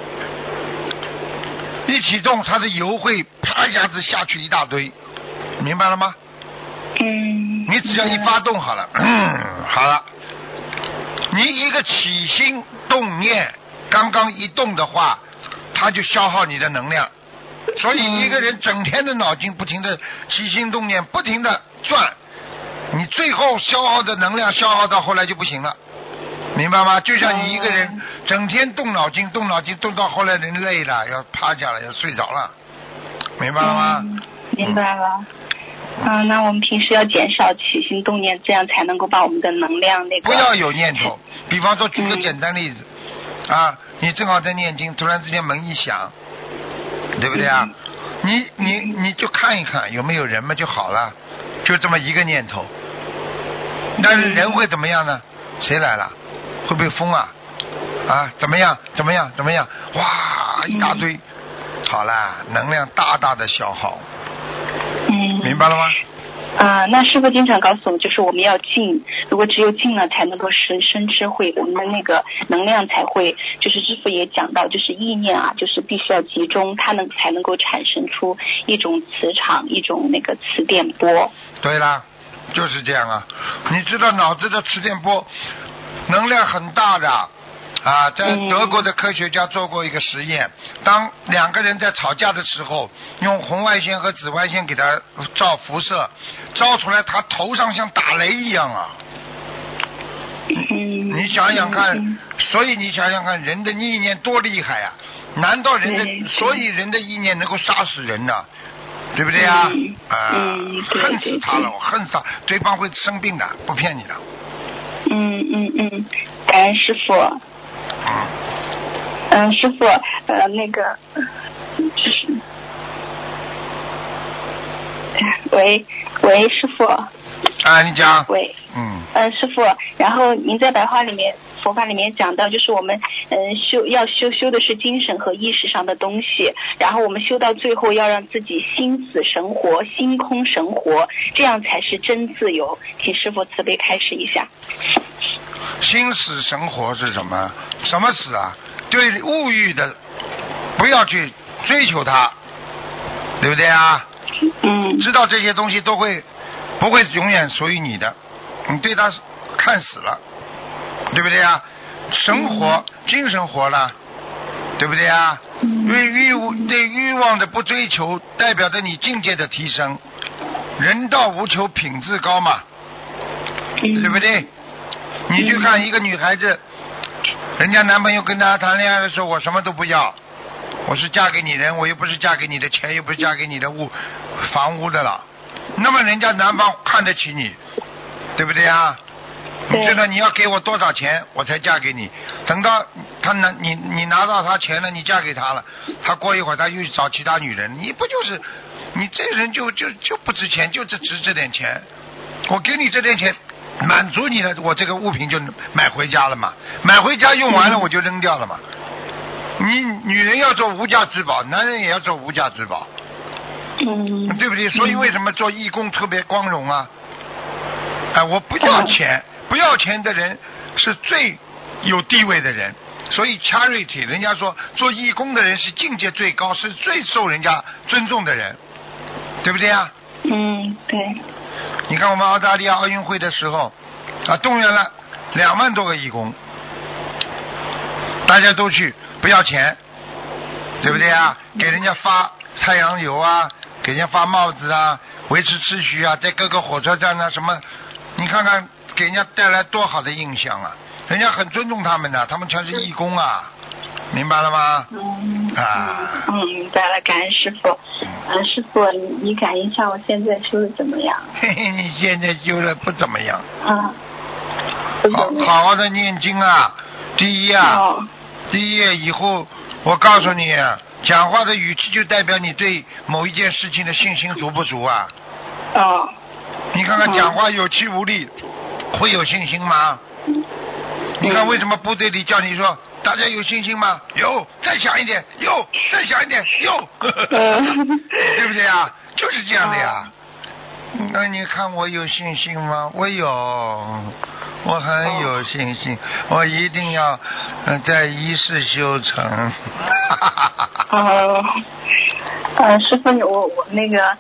一启动，它的油会啪一下子下去一大堆，明白了吗？ 嗯。 你只要一发动好了，嗯，好了。你一个起心动念，刚刚一动的话，它就消耗你的能量。所以一个人整天的脑筋不停的起心动念，不停的转，你最后消耗的能量消耗到后来就不行了。明白吗？就像你一个人整天动脑筋动脑筋动到后来人累了要趴下了要睡着了，明白了吗？ 嗯、明白了。嗯，那我们平时要减少起心动念，这样才能够把我们的能量那个不要有念头。比方说举个简单例子、嗯、啊，你正好在念经，突然之间门一响，对不对啊？嗯、你你你就看一看有没有人嘛就好了，就这么一个念头。但是人会怎么样呢？谁来了？会不会疯啊？啊，怎么样？怎么样？怎么样？哇，一大堆，嗯、好啦，能量大大的消耗。 嗯， 明白了吗？ 啊、呃，那师父经常告诉我们，就是我们要静，如果只有静了，才能够生生智慧，我们的那个能量才会，就是师父也讲到，就是意念啊，就是必须要集中，它能才能够产生出一种磁场，一种那个磁电波。 对啦。 就是这样啊。你知道脑子的磁电波能量很大的啊，在德国的科学家做过一个实验，当两个人在吵架的时候，用红外线和紫外线给他照辐射，照出来他头上像打雷一样啊。你想想看，所以你想想看，人的意念多厉害啊！难道人的所以人的意念能够杀死人呢、啊？对不对啊？啊、嗯，恨死他了，我恨死他，对方会生病的，不骗你的。 嗯嗯嗯，感恩师傅。 嗯。 嗯，师傅，呃，那个，就是，喂喂，师傅。 啊，你讲。 喂。 嗯。 呃，师傅，然后您在白话里面。佛法里面讲到，就是我们嗯修要修修的是精神和意识上的东西，然后我们修到最后要让自己心死神活，心空神活，这样才是真自由。请师父慈悲开示一下。 心死神活是什么？什么死啊？对物欲的，不要去追求它，对不对啊？ 嗯。 知道这些东西都会不会永远属于你的，你对它看死了。对不对啊？神活、嗯、精神活了，对不对啊？对欲对欲望的不追求，代表着你境界的提升。人道无求，品质高嘛，对不对？你去看一个女孩子，人家男朋友跟她谈恋爱的时候，我什么都不要，我是嫁给你人，我又不是嫁给你的钱，又不是嫁给你的屋房屋的了。那么人家男方看得起你，对不对啊？你知道你要给我多少钱我才嫁给你，等到他拿你你拿到他钱了，你嫁给他了，他过一会儿他又去找其他女人，你不就是你这人就就就不值钱，就只值这点钱，我给你这点钱满足你了，我这个物品就买回家了嘛，买回家用完了我就扔掉了嘛。你女人要做无价之宝，男人也要做无价之宝， 嗯， 对不对？所以为什么做义工特别光荣啊？哎，我不要钱。不要钱的人是最有地位的人，所以 charity 人家说做义工的人是境界最高，是最受人家尊重的人，对不对啊？ 嗯，对。 你看我们澳大利亚奥运会的时候啊，动员了两万多个义工，大家都去，不要钱，对不对啊？给人家发太阳油啊，给人家发帽子啊，维持秩序啊，在各个火车站啊什么，你看看。给人家带来多好的印象啊！人家很尊重他们的，他们全是义工啊，明白了吗？ 嗯啊， 嗯，明白了，感恩师傅。嗯，师傅，你你感应一下我现在修的怎么样？ 嘿嘿，你现在修的不怎么样。 啊。 好好好的念经啊！第一啊， 哦、 第一以后我告诉你，讲话的语气就代表你对某一件事情的信心足不足啊？ 哦。 你看看讲话有气无力。会有信心吗？你看为什么部队里叫你说大家有信心吗？有，再响一点，有，再响一点，有，对不对啊？就是这样的呀。那你看我有信心吗？我有，我很有信心，我一定要在一世修成。 哦，呃，师傅，我我那个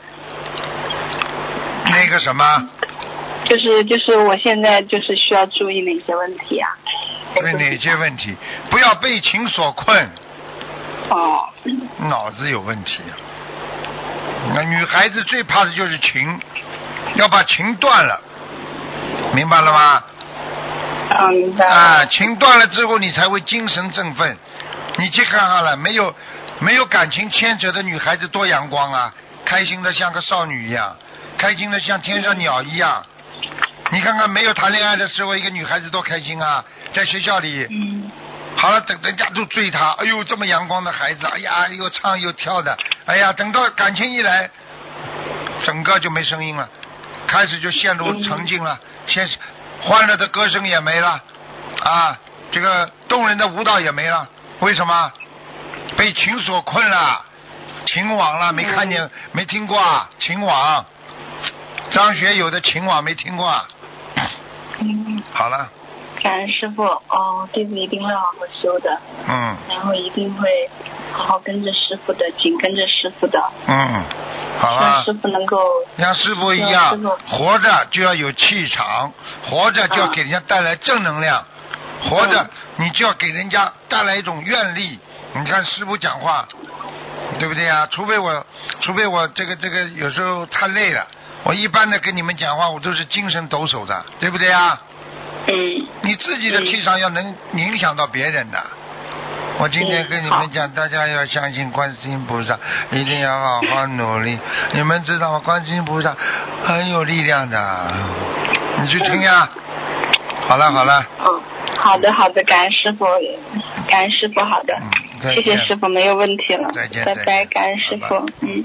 那个什么？ 就是就是我现在就是需要注意哪些问题啊？ 对哪些问题？不要被情所困。 哦。 脑子有问题。那女孩子最怕的就是情，要把情断了，明白了吗？ 啊，明白了。 啊，情断了之后，你才会精神振奋。你去看看了，没有没有感情牵扯的女孩子多阳光啊，开心的像个少女一样，开心的像天上鸟一样。你看看没有谈恋爱的时候，一个女孩子多开心啊，在学校里。 嗯。 好了，等人家都追她，哎呦，这么阳光的孩子，哎呀，又唱又跳的，哎呀，等到感情一来，整个就没声音了，开始就陷入沉静了，先欢乐的歌声也没了，啊，这个动人的舞蹈也没了，为什么？被情所困了，情网了，没看见，没听过啊，情网。张学友的情网没听过啊？ 嗯， 好了。 感恩师傅，哦，弟子一定会好好修的， 嗯， 然后一定会好好跟着师傅的，紧跟着师傅的， 嗯，好让了师，傅能够像师傅一让样师傅， 活着就要有气场，活着就要给人家带来正能量，活着你就要给人家带来一种愿力。你看师傅讲话，对不对呀？除非我，除非我这个这个有时候太累了，我一般的跟你们讲话，我都是精神抖擞的，对不对呀？ 嗯， 你自己的气场要能影响到别人的。我今天跟你们讲，大家要相信观世音菩萨，一定要好好努力。你们知道吗？观世音菩萨很有力量的，你去听呀。好了好了。 嗯，好的好的，感恩师傅，感恩师傅，好的， 嗯、 谢谢师傅，没有问题了， 再见， 拜拜，感恩师傅， 拜拜嗯。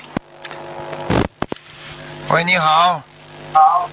喂，你好。 好。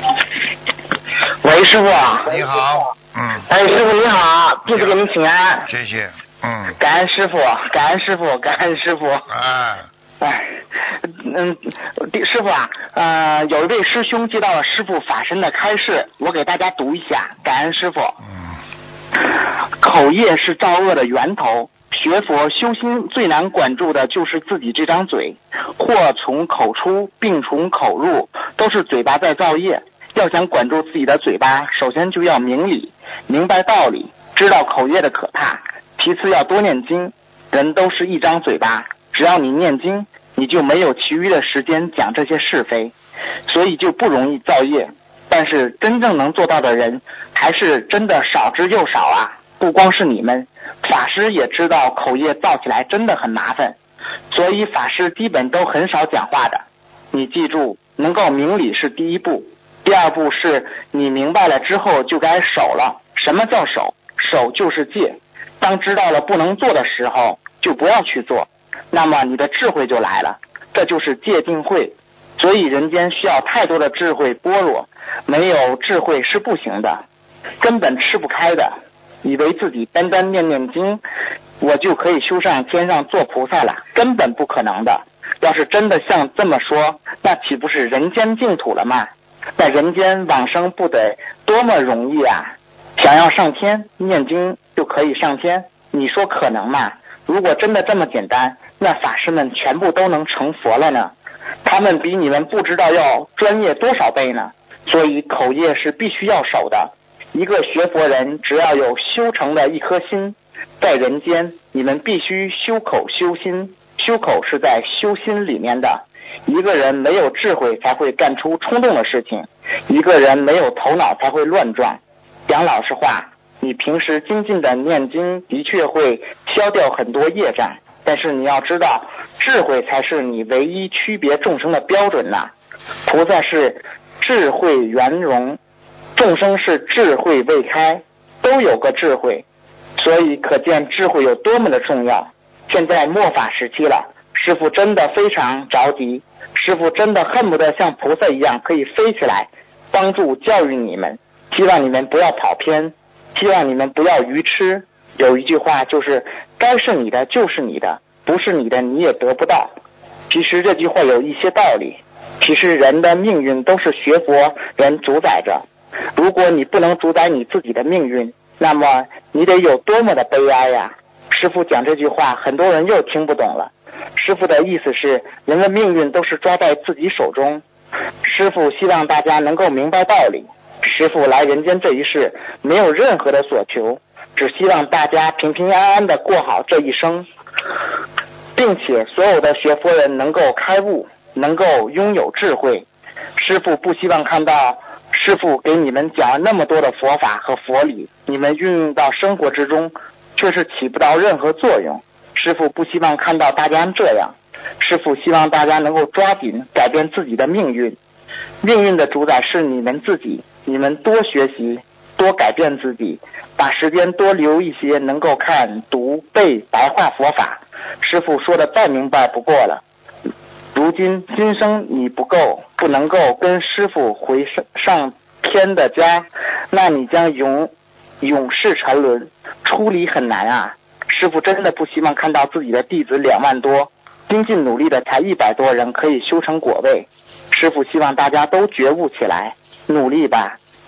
喂，师傅。 你好。嗯。 哎，师傅你好，弟子给您请安。 谢谢。嗯。 感恩师傅，感恩师傅，感恩师傅。 哎。 哎，嗯，师傅啊，呃，有一位师兄接到了师傅法身的开示，我给大家读一下，感恩师傅。 嗯。 口业是造恶的源头，学佛修心最难管住的就是自己这张嘴，祸从口出，病从口入，都是嘴巴在造业。要想管住自己的嘴巴，首先就要明理，明白道理，知道口业的可怕，其次要多念经。人都是一张嘴巴，只要你念经，你就没有其余的时间讲这些是非，所以就不容易造业。但是真正能做到的人还是真的少之又少啊！不光是你们，法师也知道口业造起来真的很麻烦，所以法师基本都很少讲话的。你记住，能够明理是第一步，第二步是你明白了之后就该守了。什么叫守？守就是戒。当知道了不能做的时候，就不要去做，那么你的智慧就来了，这就是戒定慧。所以人间需要太多的智慧般若，没有智慧是不行的，根本吃不开的。以为自己单单念念经，我就可以修上天上做菩萨了，根本不可能的。要是真的像这么说，那岂不是人间净土了吗？在人间往生不得多么容易啊！想要上天，念经就可以上天，你说可能吗？如果真的这么简单，那法师们全部都能成佛了呢。他们比你们不知道要专业多少倍呢。所以口业是必须要守的。一个学佛人只要有修成的一颗心，在人间你们必须修口修心，修口是在修心里面的。一个人没有智慧才会干出冲动的事情，一个人没有头脑才会乱撞。讲老实话，你平时精进的念经的确会消掉很多业障，但是你要知道，智慧才是你唯一区别众生的标准呐。菩萨是智慧圆融，众生是智慧未开，都有个智慧，所以可见智慧有多么的重要。现在末法时期了，师父真的非常着急，师父真的恨不得像菩萨一样可以飞起来，帮助教育你们，希望你们不要跑偏，希望你们不要愚痴。有一句话就是该是你的就是你的，不是你的你也得不到。其实这句话有一些道理，其实人的命运都是学佛人主宰着，如果你不能主宰你自己的命运，那么你得有多么的悲哀呀！师父讲这句话很多人又听不懂了，师父的意思是人的命运都是抓在自己手中。师父希望大家能够明白道理，师父来人间这一世没有任何的所求，只希望大家平平安安的过好这一生，并且所有的学佛人能够开悟，能够拥有智慧。师父不希望看到师父给你们讲了那么多的佛法和佛理，你们运用到生活之中却是起不到任何作用。师父不希望看到大家这样，师父希望大家能够抓紧改变自己的命运。命运的主宰是你们自己，你们多学习，多改变自己，把时间多留一些能够看读背白话佛法。师父说的再明白不过了。如今今生你不够，不能够跟师父回上天的家，那你将永永世沉沦，出离很难啊！师父真的不希望看到自己的弟子两万多，精进努力的才一百多人可以修成果位。师父希望大家都觉悟起来，努力吧，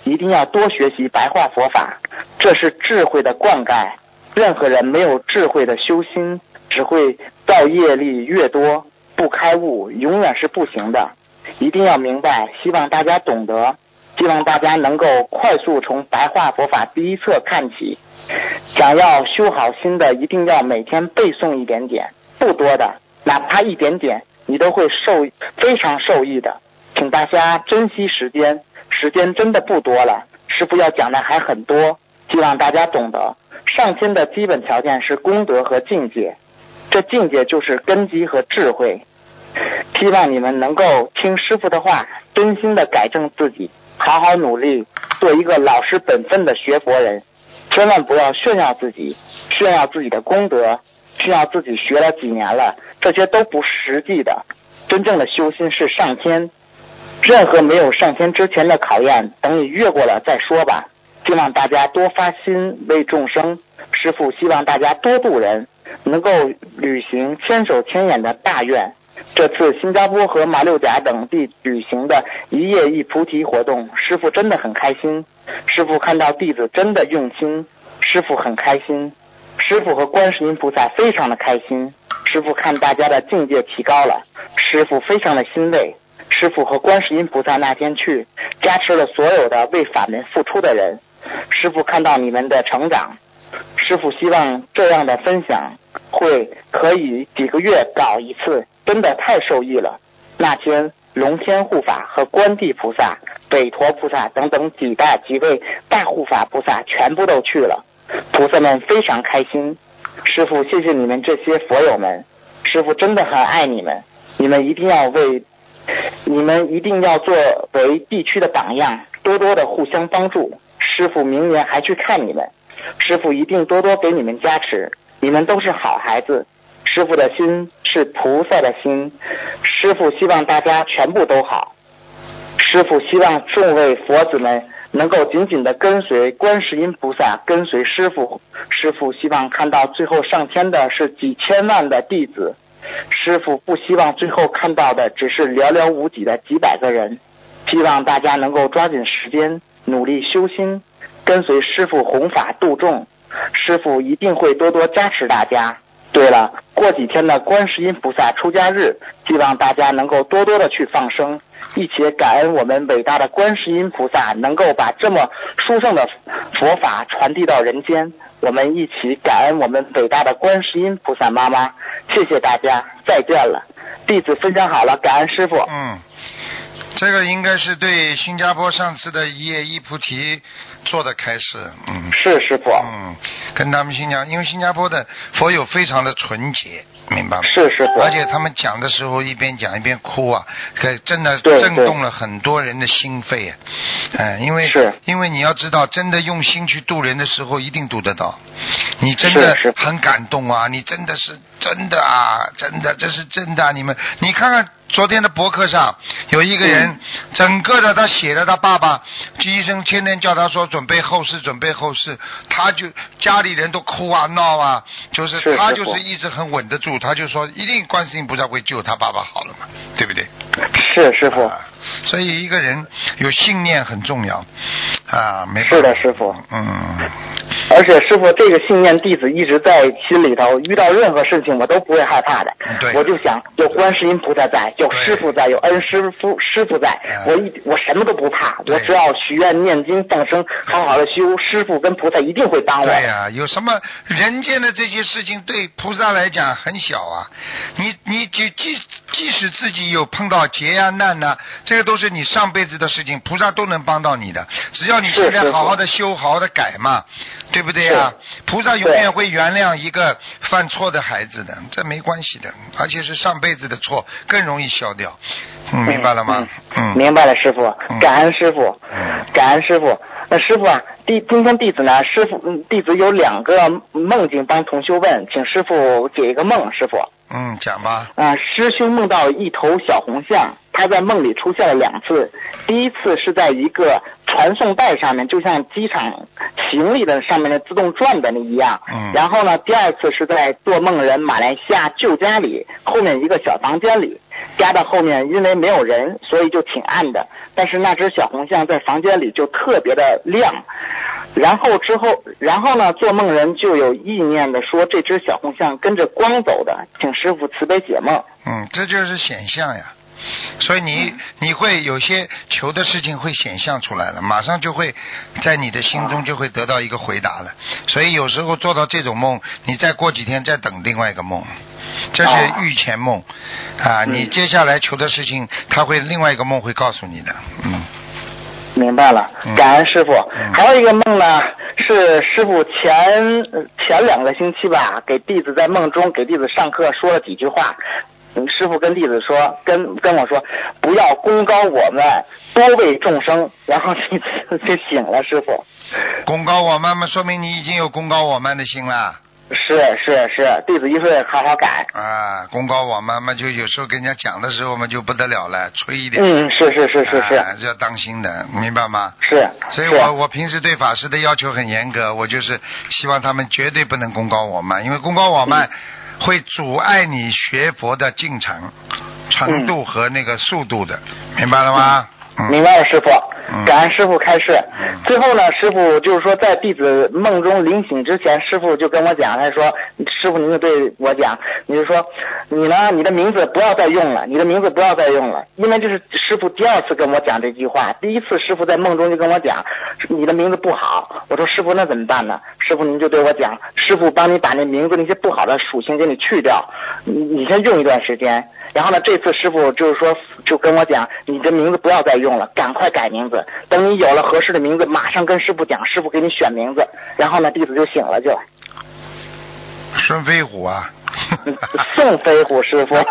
一定要多学习白话佛法，这是智慧的灌溉。任何人没有智慧的修心，只会造业力越多，不开悟永远是不行的。一定要明白，希望大家懂得，希望大家能够快速从白话佛法第一册看起。想要修好心的，一定要每天背诵一点点，不多的，哪怕一点点，你都会受非常受益的。请大家珍惜时间，时间真的不多了，师父要讲的还很多，希望大家懂得。上天的基本条件是功德和境界，这境界就是根基和智慧。希望你们能够听师父的话，真心的改正自己，好好努力，做一个老实本分的学佛人。千万不要炫耀自己，炫耀自己的功德，炫耀自己学了几年了，这些都不实际的。真正的修心是上天，任何没有上天之前的考验，等你越过了再说吧。希望大家多发心为众生，师父希望大家多度人，能够履行千手千眼的大愿。这次新加坡和马六甲等地举行的一夜一菩提活动，师父真的很开心。师父看到弟子真的用心，师父很开心。师父和观世音菩萨非常的开心。师父看大家的境界提高了，师父非常的欣慰。师父和观世音菩萨那天去加持了所有的为法门付出的人，师父看到你们的成长，师父希望这样的分享会可以几个月搞一次，真的太受益了。那天龙天护法和观地菩萨、北陀菩萨等等几大几位大护法菩萨全部都去了，菩萨们非常开心。师父谢谢你们这些佛友们，师父真的很爱你们，你们一定要为你们一定要作为地区的榜样，多多的互相帮助。师父明年还去看你们，师父一定多多给你们加持，你们都是好孩子。师父的心是菩萨的心，师父希望大家全部都好。师父希望众位佛子们能够紧紧的跟随观世音菩萨，跟随师父。师父希望看到最后上天的是几千万的弟子，师父不希望最后看到的只是寥寥无几的几百个人。希望大家能够抓紧时间，努力修心，跟随师父弘法度众。师父一定会多多加持大家。对了，过几天的观世音菩萨出家日，希望大家能够多多的去放生，一起感恩我们伟大的观世音菩萨能够把这么殊胜的佛法传递到人间。我们一起感恩我们伟大的观世音菩萨妈妈。谢谢大家，再见了。弟子分享好了，感恩师父。 嗯，这个应该是对新加坡上次的一夜一菩提做的开始。嗯， 是师父。 嗯，跟他们新加，因为新加坡的佛友非常的纯洁，明白吗？ 是师父。 而且他们讲的时候一边讲一边哭啊，可真的震动了很多人的心肺啊。嗯，因为是因为你要知道，真的用心去度人的时候，一定度得到。你真的很感动啊！你真的是真的啊，真的这是真的、啊。你们你看看昨天的博客上有一个人，嗯、整个的他写的他爸爸医生天天叫他说准备后事准备后事，他就家里人都哭啊闹啊，就是他就是一直很稳得住，他就说一定观世音菩萨会救他爸爸好了嘛，对不对？ 是师父、啊。 所以一个人有信念很重要啊，没办法。是的，师父。 嗯。 而且师父这个信念弟子一直在心里头，遇到任何事情我都不会害怕的。 对。 我就想有观世音菩萨在，有师父在，有恩师傅师父在，我一我什么都不怕，我只要许愿念经放生，好好的修，师父跟菩萨一定会帮我。 对呀、啊，有什么人间的这些事情对菩萨来讲很小啊，你你即即即使自己有碰到劫啊难呐、啊，这个都是你上辈子的事情，菩萨都能帮到你的，只要你现在好好的修，好好的改嘛，对不对啊？菩萨永远会原谅一个犯错的孩子的，这没关系的，而且是上辈子的错更容易消掉。嗯，明白了吗？ 嗯，明白了，师父，感恩师父，感恩师父。那师父啊，弟今天弟子呢，师父弟子有两个梦境帮同修问，请师父解一个梦，师父。 嗯，讲吧。 啊，师兄梦到一头小红象，他在梦里出现了两次。第一次是在一个传送带上面，就像机场行李的上面的自动转的那一样。 嗯。 然后呢，第二次是在做梦人马来西亚旧家里后面一个小房间里。 家的后面因为没有人，所以就挺暗的，但是那只小红象在房间里就特别的亮。然后之后，然后呢，做梦人就有意念的说这只小红象跟着光走的，请师父慈悲解梦。 嗯，这就是显象呀。所以你、嗯、你会有些求的事情会显象出来了，马上就会在你的心中就会得到一个回答了。所以有时候做到这种梦，你再过几天再等另外一个梦，这是预前梦啊。你接下来求的事情，他会另外一个梦会告诉你的。嗯， 明白了，感恩师傅。嗯、还有一个梦呢，是师傅前前两个星期吧，给弟子在梦中给弟子上课说了几句话。嗯，师傅跟弟子说，跟跟我说，不要功高我们，多为众生。然后弟子就醒了，师傅。 功高我慢嘛，说明你已经有功高我慢的心了。 是是是，弟子一会好好改。 啊，功高我慢嘛，就有时候跟人家讲的时候嘛，就不得了了，吹一点。 嗯，是是是是是， 啊、要当心的，明白吗？ 是。 所以我我平时对法师的要求很严格，我就是希望他们绝对不能功高我慢，因为功高我慢。嗯，会阻碍你学佛的进程、程度和那个速度的，嗯、明白了吗？ 嗯、明白了，师傅。感恩师傅开示。嗯、最后呢，师傅就是说，在弟子梦中临醒之前，师傅就跟我讲，他说：“师傅，您就对我讲，你就说，你呢，你的名字不要再用了，你的名字不要再用了，因为这是师傅第二次跟我讲这句话。第一次师傅在梦中就跟我讲，你的名字不好。我说师傅，那怎么办呢？师傅您就对我讲，师傅帮你把那名字那些不好的属性给你去掉，你你先用一段时间。然后呢，这次师傅就是说，就跟我讲，你的名字不要再用了，赶快改名字。等你有了合适的名字，马上跟师傅讲，师傅给你选名字。然后呢，弟子就醒了就。 孙飞虎啊。 宋飞虎师傅。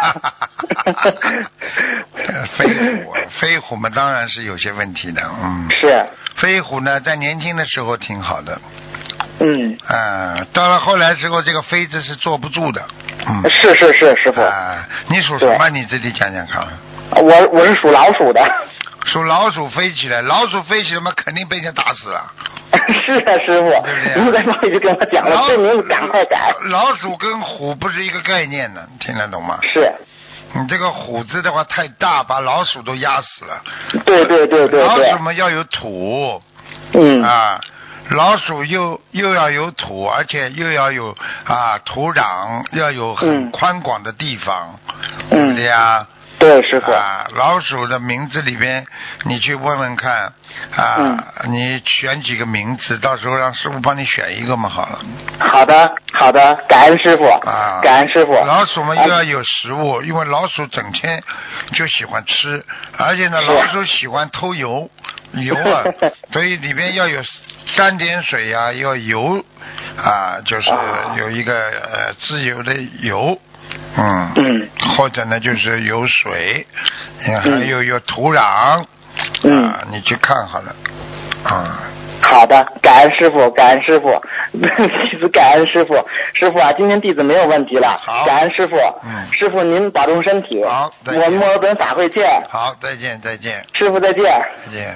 飞虎，飞虎嘛，当然是有些问题的，嗯。 是。 飞虎呢，在年轻的时候挺好的。 嗯。 啊、呃，到了后来之后，这个飞字是坐不住的。嗯。 是是是，师傅。 啊、呃，你属什么？你自己讲讲看。 我我是属老鼠的。 属老鼠飞起来，老鼠飞起来嘛，肯定被人家打死了。 是啊，师傅，对不对？您在那里就跟我讲了，这名字赶快改。 老鼠跟虎不是一个概念呢，听得懂吗？ 是。 你这个虎字的话太大，把老鼠都压死了。 对对对对对。 老鼠嘛要有土。 嗯。 啊，老鼠又又要有土，而且又要有啊土壤，要有很宽广的地方， 嗯、 对不对呀？ 对，师傅。 啊，老鼠的名字里边，你去问问看，啊， 嗯、 你选几个名字，到时候让师傅帮你选一个嘛，好了。 好的，好的，感恩师傅。啊，感恩师傅。 老鼠嘛又要有食物，啊、因为老鼠整天就喜欢吃，而且呢，老鼠喜欢偷油，油啊，所以里边要有三点水呀、啊，要油，啊，就是有一个呃自由的油。嗯嗯， 或者呢就是有水，还有有土壤， 嗯， 啊，你去看好了，啊。 好的，感恩师傅，感恩师傅，弟子感恩师傅，师傅啊，今天弟子没有问题了， 好， 感恩师傅， 嗯， 师傅您保重身体， 好， 我们墨尔本法会见， 好，再见，再见， 师傅再见， 再见。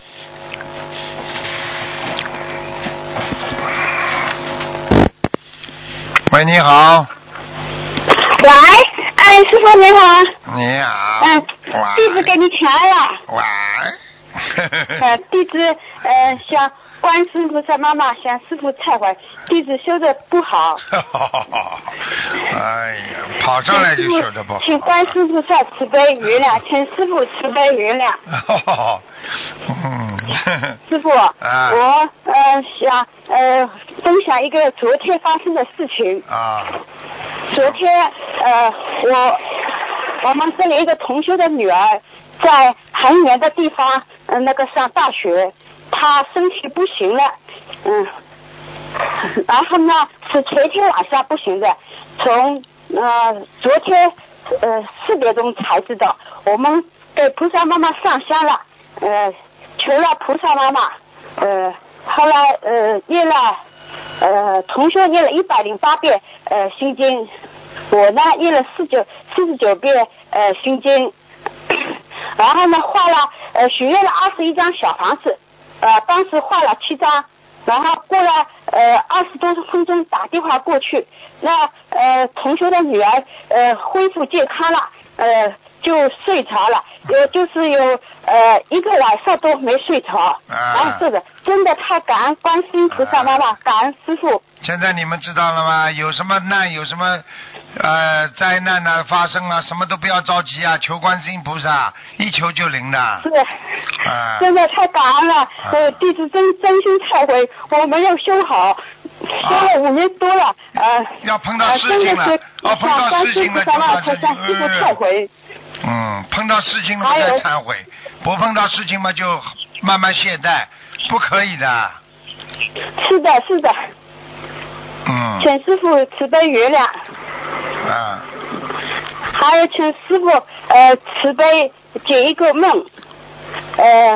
喂，你好。 喂，哎，师傅你好。 你好。 嗯，弟子给你请来了。 喂。 呃，弟子呃向观世音菩萨妈妈向师傅忏悔，弟子修的不好。 哎呀，跑上来就修的不好。 请观世音菩萨慈悲原谅，请师傅慈悲原谅。 嗯。 师傅，啊、我呃想呃分享一个昨天发生的事情。 啊。 昨天呃我我们这里一个同学的女儿在很远的地方呃那个上大学，她身体不行了，嗯，然后呢是前天晚上不行的，从呃昨天呃四点钟才知道，我们给菩萨妈妈上香了，呃求了菩萨妈妈，呃后来呃念了呃同学念了一百零八遍呃心经。我呢念了四九四十九遍呃心经，然后呢画了呃许愿了二十一张小房子，呃当时画了七张，然后过了呃二十多分钟打电话过去，那呃同学的女儿呃恢复健康了， 呃就睡着了，有就是有呃一个晚上都没睡着。 啊。 然后是的，真的太感恩观世音菩萨妈妈，啊、感恩师父。 现在你们知道了吗？有什么难，有什么呃灾难呢、发生啊，什么都不要着急啊，求观世音菩萨，一求就灵的。 是。 啊。 真的太感恩了，呃，弟子真真心忏悔，我们要修好。修了五年多了，呃， 要碰到事情了，哦，碰到事情了就把自己， 嗯， 嗯，碰到事情了再忏悔，不碰到事情嘛就慢慢懈怠，不可以的。 是的，是的。 嗯。 请师父慈悲原谅。 啊。 还有请师父呃慈悲解一个梦，呃，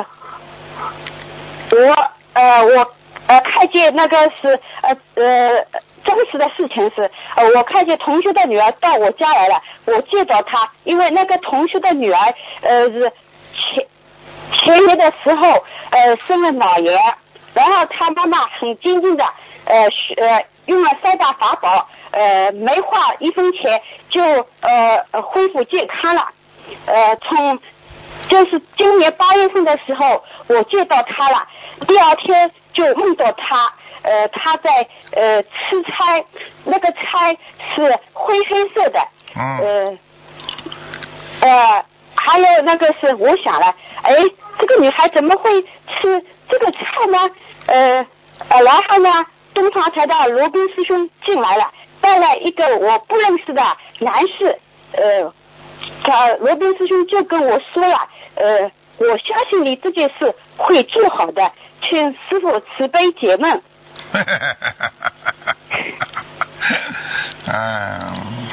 我呃我。呃，看见那个是呃呃真实的事情是，呃，我看见同学的女儿到我家来了，我见到她，因为那个同学的女儿呃是前前年的时候呃生了脑炎，然后她妈妈很精进的呃呃用了三大法宝，呃没花一分钱就呃恢复健康了，呃从就是今年八月份的时候我见到她了，第二天。就梦到他，呃，他在呃吃菜，那个菜是灰黑色的， 嗯、 呃，呃，还有那个是我想了，哎，这个女孩怎么会吃这个菜呢？呃，呃，然后呢，东方台的罗宾师兄进来了，带来一个我不认识的男士，呃，他罗宾师兄就跟我说了，呃，我相信你这件事会做好的。请师父慈悲解梦。 嗯，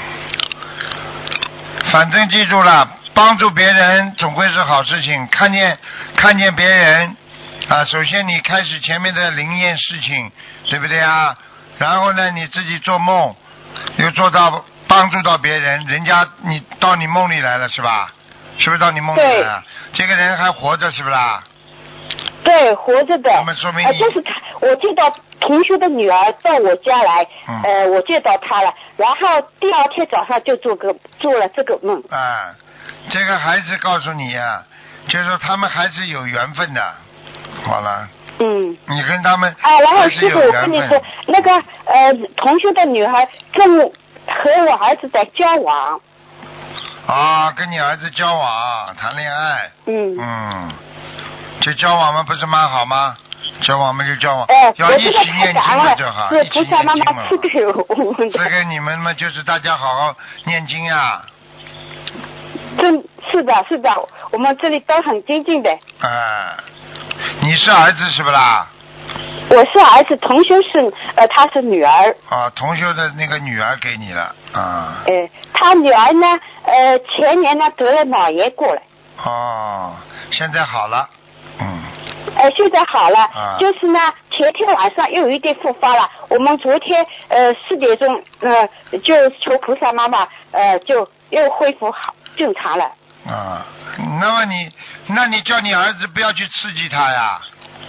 反正记住了，帮助别人总归是好事情。看见看见别人啊，首先你开始前面的灵验事情，对不对啊？然后呢，你自己做梦又做到帮助到别人，人家你到你梦里来了是吧？是不是到你梦里来了？这个人还活着是不是啦？ 对，活着的。 那么说明你、 呃、就是他，我见到同学的女儿到我家来， 嗯、 呃，我见到她了，然后第二天早上就做个做了这个梦。 啊，这个孩子告诉你呀、啊，就是说他们还是有缘分的。好了。 嗯。 你跟他们啊，然后师傅，我跟你说，那个呃，同学的女孩跟和我儿子在交往。 啊，跟你儿子交往，谈恋爱。 嗯。 嗯。这交往嘛不是蛮好吗？交往嘛就交往， 哎、 要一起念经嘛就好， 是一起念经嘛。 赐给我们赐给你们嘛，就是大家好好念经呀。 真是的，是的，我们这里都很精进的。 哎、啊，你是儿子是不啦？ 我是儿子，同修是呃，她是女儿。 啊，同修的那个女儿给你了啊。 呃，她女儿呢，呃，前年呢得了脑炎过来。 哦，现在好了。嗯， 呃，现在好了， 啊、 就是呢，前天晚上又有一点复发了。我们昨天呃四点钟呃就求菩萨妈妈呃就又恢复好正常了。 啊，那么你，那你叫你儿子不要去刺激他呀。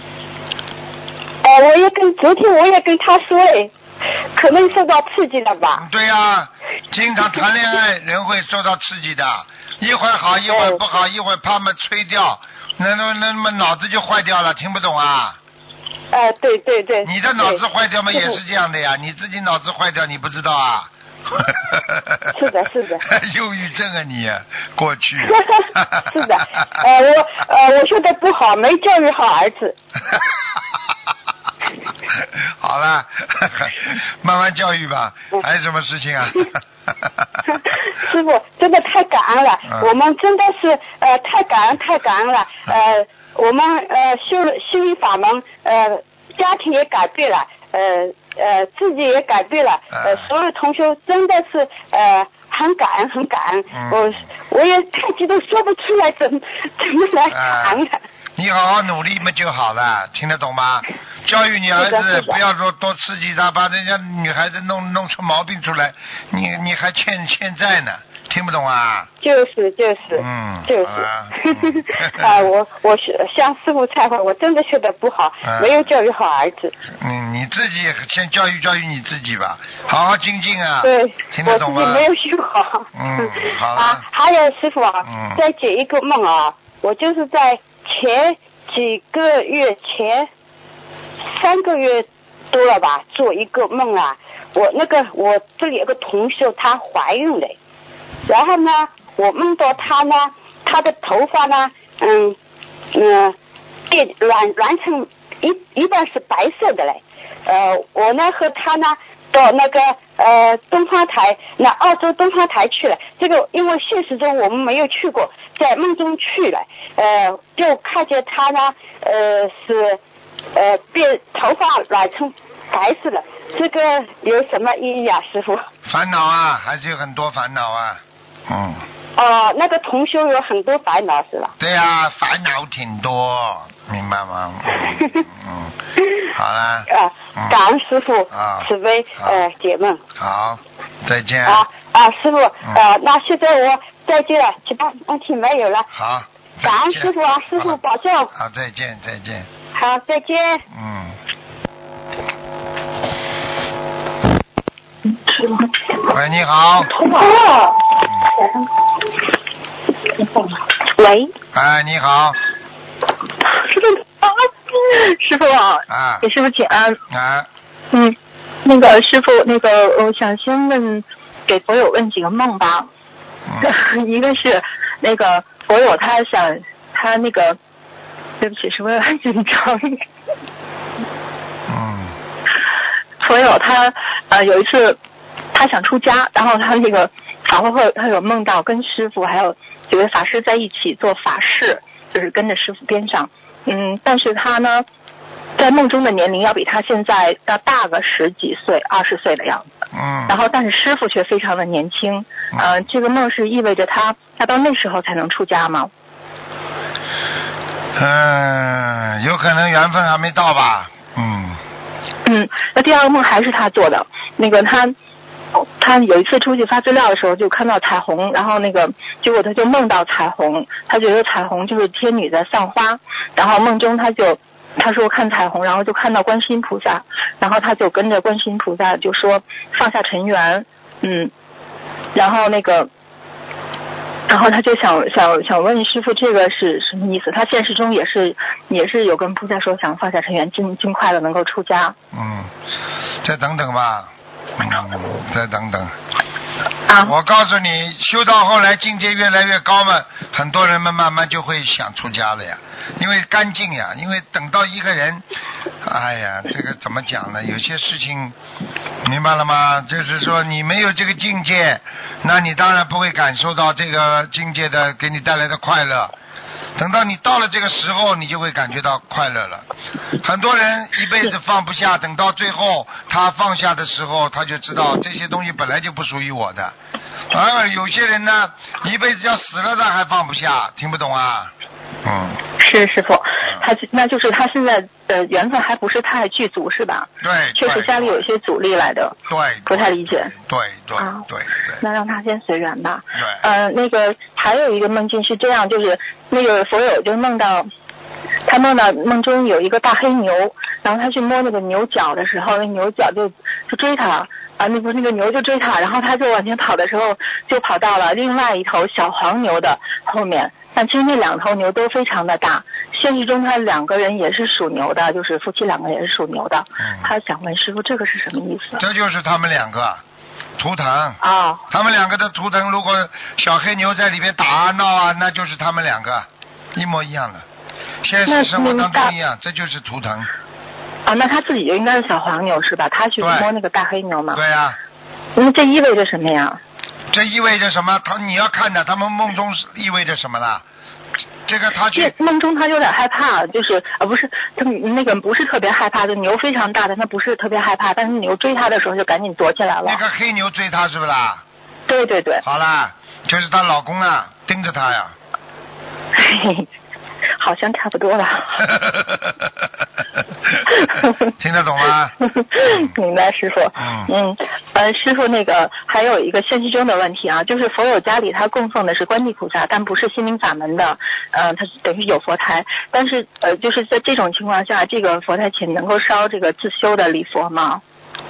呃，我也跟昨天我也跟他说嘞，可能受到刺激了吧。 对呀、啊，经常谈恋爱人会受到刺激的，一会儿好一会儿不好，一会儿怕么吹掉。那那那么脑子就坏掉了，听不懂啊？ 呃，对对对。 你的脑子坏掉嘛也是这样的呀，你自己脑子坏掉你不知道啊？ 是的，是的。 忧郁症啊你，过去。 是的，呃我呃我说的不好，没教育好儿子。 好了，慢慢教育吧。还有什么事情啊？ 师傅，真的太感恩了， 嗯、 我们真的是呃太感恩太感恩了，呃，我们呃修修理法门，呃，家庭也改变了，呃呃自己也改变了，呃，所有同学真的是呃很感恩很感恩， 嗯、 我我也太激动说不出来怎么怎么来感恩了。 你好好努力嘛就好了，听得懂吗？教育你儿子不要说多刺激他，把人家女孩子弄弄出毛病出来，你你还欠欠债呢， 听不懂啊？ 就是就是， 嗯， 就是，啊，我我是向师傅忏悔，我真的学的不好， 嗯、 没有教育好儿子。 你你自己先教育教育你自己吧，好好精进啊。 对， 听得懂吗？ 我自己没有学好。 嗯，好了。 啊，还有师傅啊， 嗯、 再解一个梦啊，我就是在前几个月前三个月多了吧，做一个梦啊。我那个我这里有个同学，她怀孕了，然后呢，我梦到她呢，她的头发呢，嗯嗯，变染染成一一半是白色的嘞。呃，我呢和她呢到那个呃东方台，那澳洲东方台去了。这个因为现实中我们没有去过，在梦中去了，呃，就看见她呢，呃是呃变头发染成白色了。这个有什么意义啊，师傅？ 烦恼啊，还是有很多烦恼啊，嗯。 哦，那个同修有很多烦恼是吧？ 对啊，烦恼挺多，明白吗？嗯，嗯好啦。 啊， 嗯、 感恩师傅啊， 慈悲呃解梦。 好，再见。 啊啊，师傅， 嗯、 呃，那现在我再见了，其他问题没有了。 好， 感恩师傅啊，师傅保重。 好，再见，再见。 好，再见。 嗯。喂，你好。 喂。 哎，你好。 师傅啊，师傅啊， 啊， 给师傅请安。 啊。 嗯，那个师傅，那个我想先问，给佛友问几个梦吧。嗯、一个是那个佛友他想他那个，对不起，师傅很紧张。 嗯。 佛友他呃有一次。他想出家，然后他那个法会后，他有梦到跟师傅还有几位法师在一起做法事，就是跟着师傅边上。嗯，但是他呢，在梦中的年龄要比他现在要大个十几岁、二十岁的样子。 嗯。 然后，但是师傅却非常的年轻。呃，这个梦是意味着他要到那时候才能出家吗？ 嗯，有可能缘分还没到吧。嗯。 嗯，那第二个梦还是他做的，那个他。他有一次出去发资料的时候，就看到彩虹，然后那个结果他就梦到彩虹，他觉得彩虹就是天女在散花，然后梦中他就他说看彩虹，然后就看到观世音菩萨，然后他就跟着观世音菩萨就说放下尘缘，嗯，然后那个，然后他就想想想问师父这个是什么意思？他现实中也是也是有跟菩萨说想放下尘缘，尽尽快的能够出家。 嗯，再等等吧。嗯，再等等。 啊！ 我告诉你，修到后来境界越来越高嘛，很多人们慢慢就会想出家了呀，因为干净呀。因为等到一个人，哎呀，这个怎么讲呢？有些事情，明白了吗？就是说你没有这个境界，那你当然不会感受到这个境界的给你带来的快乐。等到你到了这个时候，你就会感觉到快乐了。很多人一辈子放不下，等到最后他放下的时候，他就知道这些东西本来就不属于我的。而有些人呢，一辈子要死了他还放不下，听不懂啊？嗯。 是师傅，他那就是他现在的缘分还不是太具足是吧？ 对。 确实家里有一些阻力来的。 对。 不太理解。 对对啊对对。 那让他先随缘吧。 对。 呃，那个还有一个梦境是这样，就是那个佛友就梦到，他梦到梦中有一个大黑牛，然后他去摸那个牛角的时候，那牛角就就追他。啊，那不是那个牛就追他，然后他就往前跑的时候，就跑到了另外一头小黄牛的后面。但其实那两头牛都非常的大。现实中他两个人也是属牛的，就是夫妻两个人也是属牛的。 嗯。 他想问师傅，这个是什么意思？ 这就是他们两个图腾。啊、 哦。 他们两个的图腾，如果小黑牛在里面打啊闹啊，那就是他们两个一模一样的。现实生活当中一样，这就是图腾。 啊，那他自己就应该是小黄牛是吧？他去摸那个大黑牛嘛。 对呀、啊。 那这意味着什么呀？ 这意味着什么？他你要看的，他们梦中意味着什么了？这个他去梦中他有点害怕，就是啊不是他那个不是特别害怕，就牛非常大的，他不是特别害怕，但是牛追他的时候就赶紧躲起来了。 那个黑牛追他是不是啦？ 对对对。 好啦，就是她老公啊，盯着她呀。 嘿嘿。好像差不多了。 听得懂吗？ 明白师傅。 嗯嗯呃，师傅，那个还有一个现实中的问题啊，就是佛友家里他供奉的是观地菩萨，但不是心灵法门的，呃，他等于有佛台，但是呃，就是在这种情况下，这个佛台前能够烧这个自修的礼佛吗？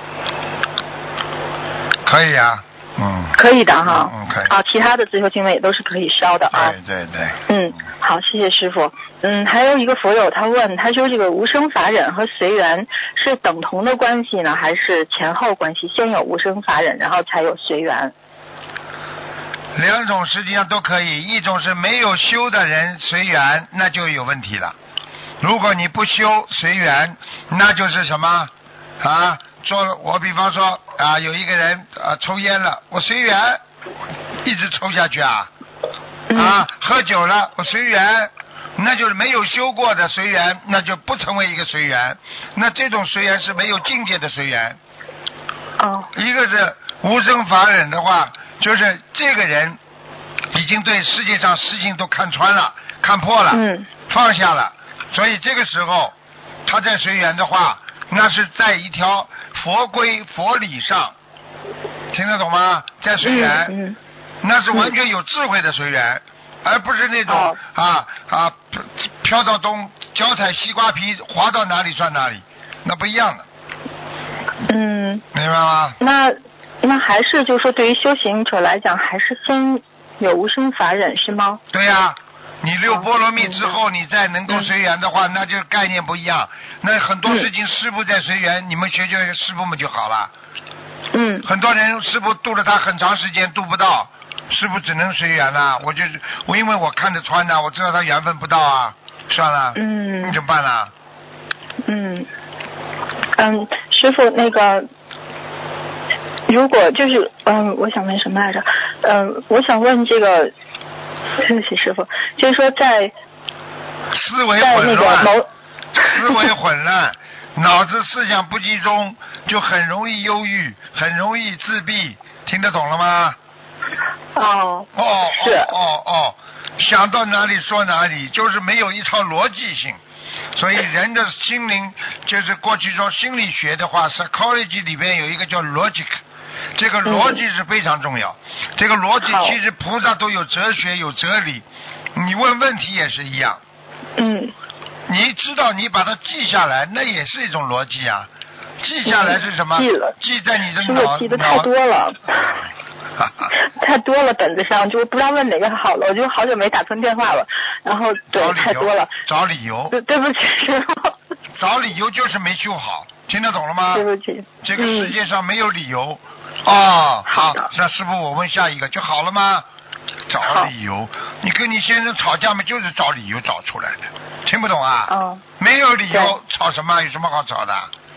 可以啊，嗯。 可以的哈。 嗯，可以。 啊，其他的自修经文也都是可以烧的啊。 对对对。 嗯，好，谢谢师傅。嗯，还有一个佛友他问，他说这个无生法忍和随缘是等同的关系呢，还是前后关系？先有无生法忍，然后才有随缘？ 两种实际上都可以，一种是没有修的人随缘，那就有问题了。如果你不修随缘，那就是什么啊？做我比方说啊，有一个人啊抽烟了，我随缘一直抽下去啊。啊，喝酒了我随缘，那就是没有修过的随缘，那就不成为一个随缘。那这种随缘是没有境界的随缘。 哦。 一个是无生法忍的话，就是这个人已经对世界上事情都看穿了、看破了、 嗯、 放下了，所以这个时候他在随缘的话，那是在一条佛规佛理上，听得懂吗？在随缘。 嗯嗯那是完全有智慧的随缘，嗯、而不是那种、哦、啊啊飘到东脚踩西瓜皮滑到哪里算哪里，那不一样的。 嗯， 明白吗？ 那那还是就是说，对于修行者来讲，还是先有无生法忍是吗？ 对呀、啊，你六波罗蜜之后，哦、你再能够随缘的话，嗯、那就概念不一样。那很多事情师父在随缘，嗯、你们学学师父们就好了。 嗯。很多人师父度了他很长时间度不到。是不是只能随缘啦？我就是我，因为我看得穿呐，我知道他缘分不到啊，算了， 嗯， 你怎么办啦？ 嗯嗯，师父，那个如果就是嗯，我想问什么来着？嗯，我想问这个，对不起，师父，就是说在思维混乱，思维混乱，脑子思想不集中，就很容易忧郁，很容易自闭，听得懂了吗？ 哦， 哦， 是， 哦哦，想到哪里说哪里，就是没有一套逻辑性，所以人的心灵就是过去说心理学的话 ，psychology 里边有一个叫 logic， 这个逻辑是非常重要。嗯、这个逻辑其实菩萨都有哲学有哲理，你问问题也是一样。 嗯。 你知道你把它记下来，那也是一种逻辑啊。记下来是什么？ 嗯、记了。 记在你的脑。 记得太多了。太多了，本子上就不知道问哪个好了，我就好久没打通电话了，然后对太多了， 找理由。 对对不起，师傅。 找理由就是没修好，听得懂了吗？ 对不起。 这个世界上没有理由。嗯、哦， 好， 那师傅我问下一个就好了吗？找理由，你跟你先生吵架嘛，就是找理由找出来的，听不懂啊？ 哦。 没有理由吵什么？有什么好吵的？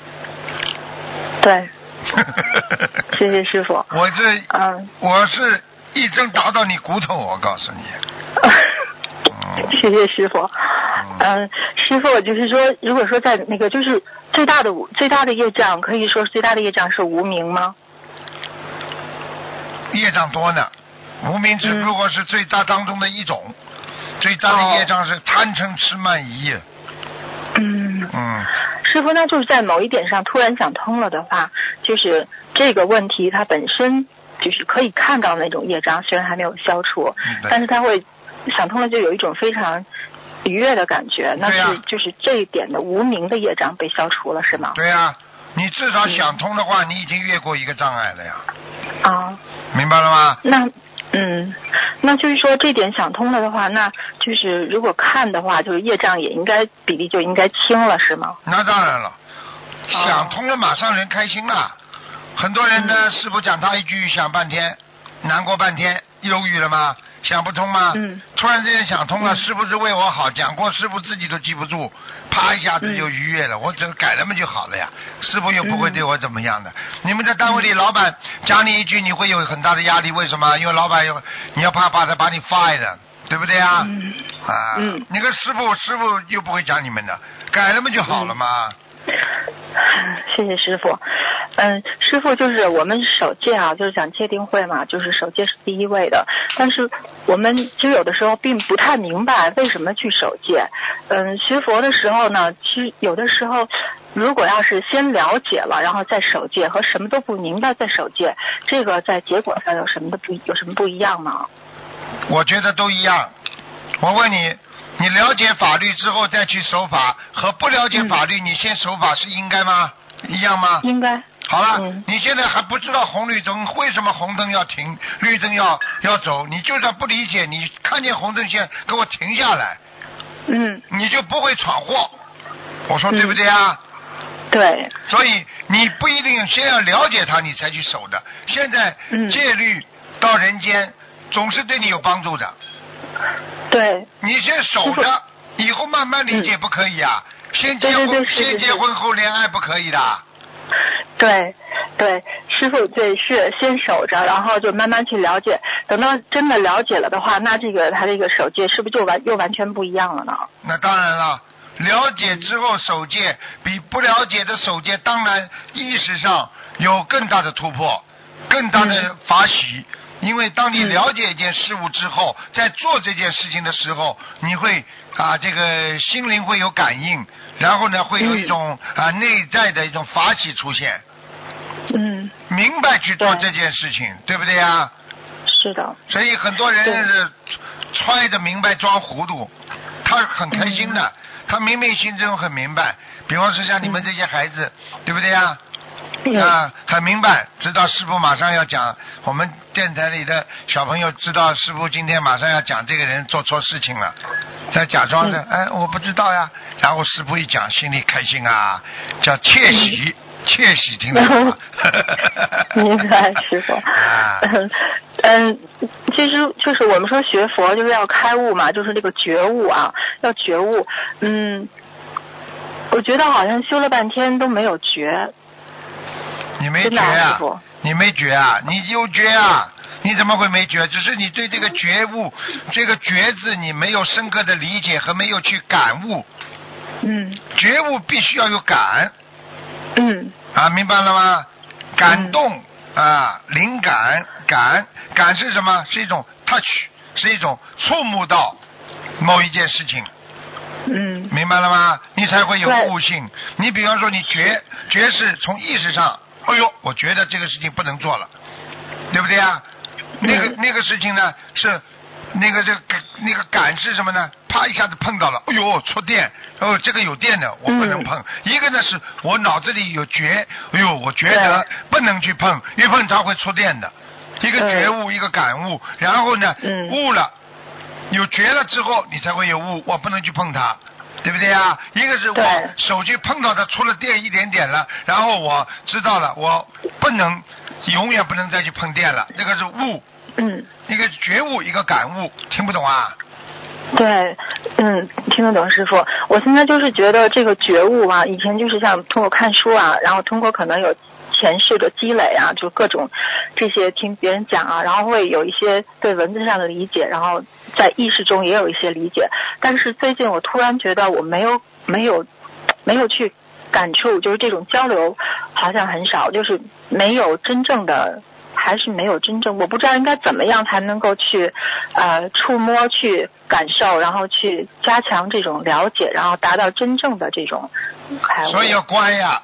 对。谢谢师傅。 我这， 嗯， 我是一针打到你骨头，我告诉你。 嗯、谢谢师傅。嗯，师傅就是说，如果说在那个就是最大的最大的业障，可以说最大的业障是无明吗？ 业障多呢，无明只不过是最大当中的一种，嗯、最大的业障是贪嗔痴慢疑。 嗯。 嗯。 师傅，那就是在某一点上突然想通了的话，就是这个问题它本身就是可以看到那种业障，虽然还没有消除， 嗯、 但是他会想通了，就有一种非常愉悦的感觉，那是就是这一点的无明的业障被消除了，是吗？ 对呀、啊，你至少想通的话，嗯、你已经越过一个障碍了呀。 啊， 明白了吗？ 那嗯，那就是说这点想通了的话，那就是如果看的话，就是业障也应该比例就应该轻了，是吗？ 那当然了，想通了马上人开心了。很多人呢，嗯、师父讲他一句想半天，难过半天，忧郁了吗？想不通吗？ 嗯。 突然之间想通了，是不是为我好？讲过师父自己都记不住，啪一下子就愉悦了。嗯、我只改了嘛就好了呀，师父又不会对我怎么样的。嗯、你们在单位里，老板讲你一句，你会有很大的压力，为什么？因为老板有你要怕把他把你 fire 的，对不对啊？ 嗯。 啊。 嗯。 那个师父，师父又不会讲你们的，改了嘛就好了嘛。 嗯、谢谢师父。嗯，师父就是我们守戒啊，就是讲戒定慧嘛，就是守戒是第一位的。但是我们其实有的时候并不太明白为什么去守戒。嗯，学佛的时候呢，其实有的时候， 如果要是先了解了，然后再守戒，和什么都不明白再守戒，这个在结果上有什么的不有什么不一样吗？ 我觉得都一样。我问你，你了解法律之后再去守法，和不了解法律、嗯、你先守法是应该吗？一样吗？ 应该。 好了、 嗯， 你现在还不知道红绿灯，为什么红灯要停，绿灯要要走？你就算不理解，你看见红灯线给我停下来， 嗯， 你就不会闯祸。我说对不对啊？ 嗯、对。 所以你不一定先要了解它，你才去守的。现在戒律到人间、嗯、总是对你有帮助的。 对。 你先守着，以后慢慢理解不可以啊？嗯、先结婚， 对对对先结婚后恋爱不可以的。 对对，师父对是先守着，然后就慢慢去了解。等到真的了解了的话，那这个他这个守戒是不是就完又完全不一样了呢？ 那当然了，了解之后守戒比不了解的守戒，当然意识上有更大的突破，更大的法喜。嗯、因为当你了解一件事物之后，嗯、在做这件事情的时候，你会啊这个心灵会有感应，然后呢会有一种、嗯、啊内在的一种法喜出现。 嗯， 明白去做这件事情， 对, 对不对呀？ 是的。 所以很多人是揣着明白装糊涂，他很开心的，嗯、他明明心中很明白。比方说像你们这些孩子，嗯、对不对呀？ 嗯、 啊，很明白，知道师父马上要讲，我们电台里的小朋友知道师父今天马上要讲这个人做错事情了，在假装着，嗯、哎，我不知道呀。然后师父一讲，心里开心啊，叫窃喜。嗯窃喜，听到吗？ 明白，师父。嗯嗯，其实就是我们说学佛就是要开悟嘛，就是这个觉悟啊，要觉悟。嗯，我觉得好像修了半天都没有觉。 你没觉啊？你没觉啊？你有觉啊？你怎么会没觉？只是你对这个觉悟，这个觉字你没有深刻的理解和没有去感悟。 嗯。 觉悟必须要有感。 嗯。 啊，明白了吗？感动、嗯、啊，灵感，感感是什么？是一种 touch， 是一种触摸到某一件事情。 嗯。 明白了吗？你才会有悟性。你比方说，你觉觉是从意识上，哎呦，我觉得这个事情不能做了，对不对啊？ 嗯、 那个那个事情呢是。那个这个那个感是什么呢？啪一下子碰到了，哎呦，触电，哦，这个有电的，我不能碰。嗯、一个呢是我脑子里有觉，哎呦，我觉得不能去碰，一碰它会触电的。一个觉悟，嗯、一个感悟，然后呢， 嗯、 悟了，有觉了之后，你才会有悟，我不能去碰它，对不对啊？一个是我手去碰到它，出了电一点点了，然后我知道了，我不能，永远不能再去碰电了，这个是悟。 嗯， 一个觉悟，一个感悟，听不懂啊？ 对，嗯，听得懂师父。我现在就是觉得这个觉悟啊，以前就是像通过看书啊，然后通过可能有前世的积累啊，就各种这些听别人讲啊，然后会有一些对文字上的理解，然后在意识中也有一些理解。但是最近我突然觉得我没有没有没有去感触，就是这种交流好像很少，就是没有真正的。还是没有真正，我不知道应该怎么样才能够去呃触摸、去感受，然后去加强这种了解，然后达到真正的这种开悟。 所以要观呀，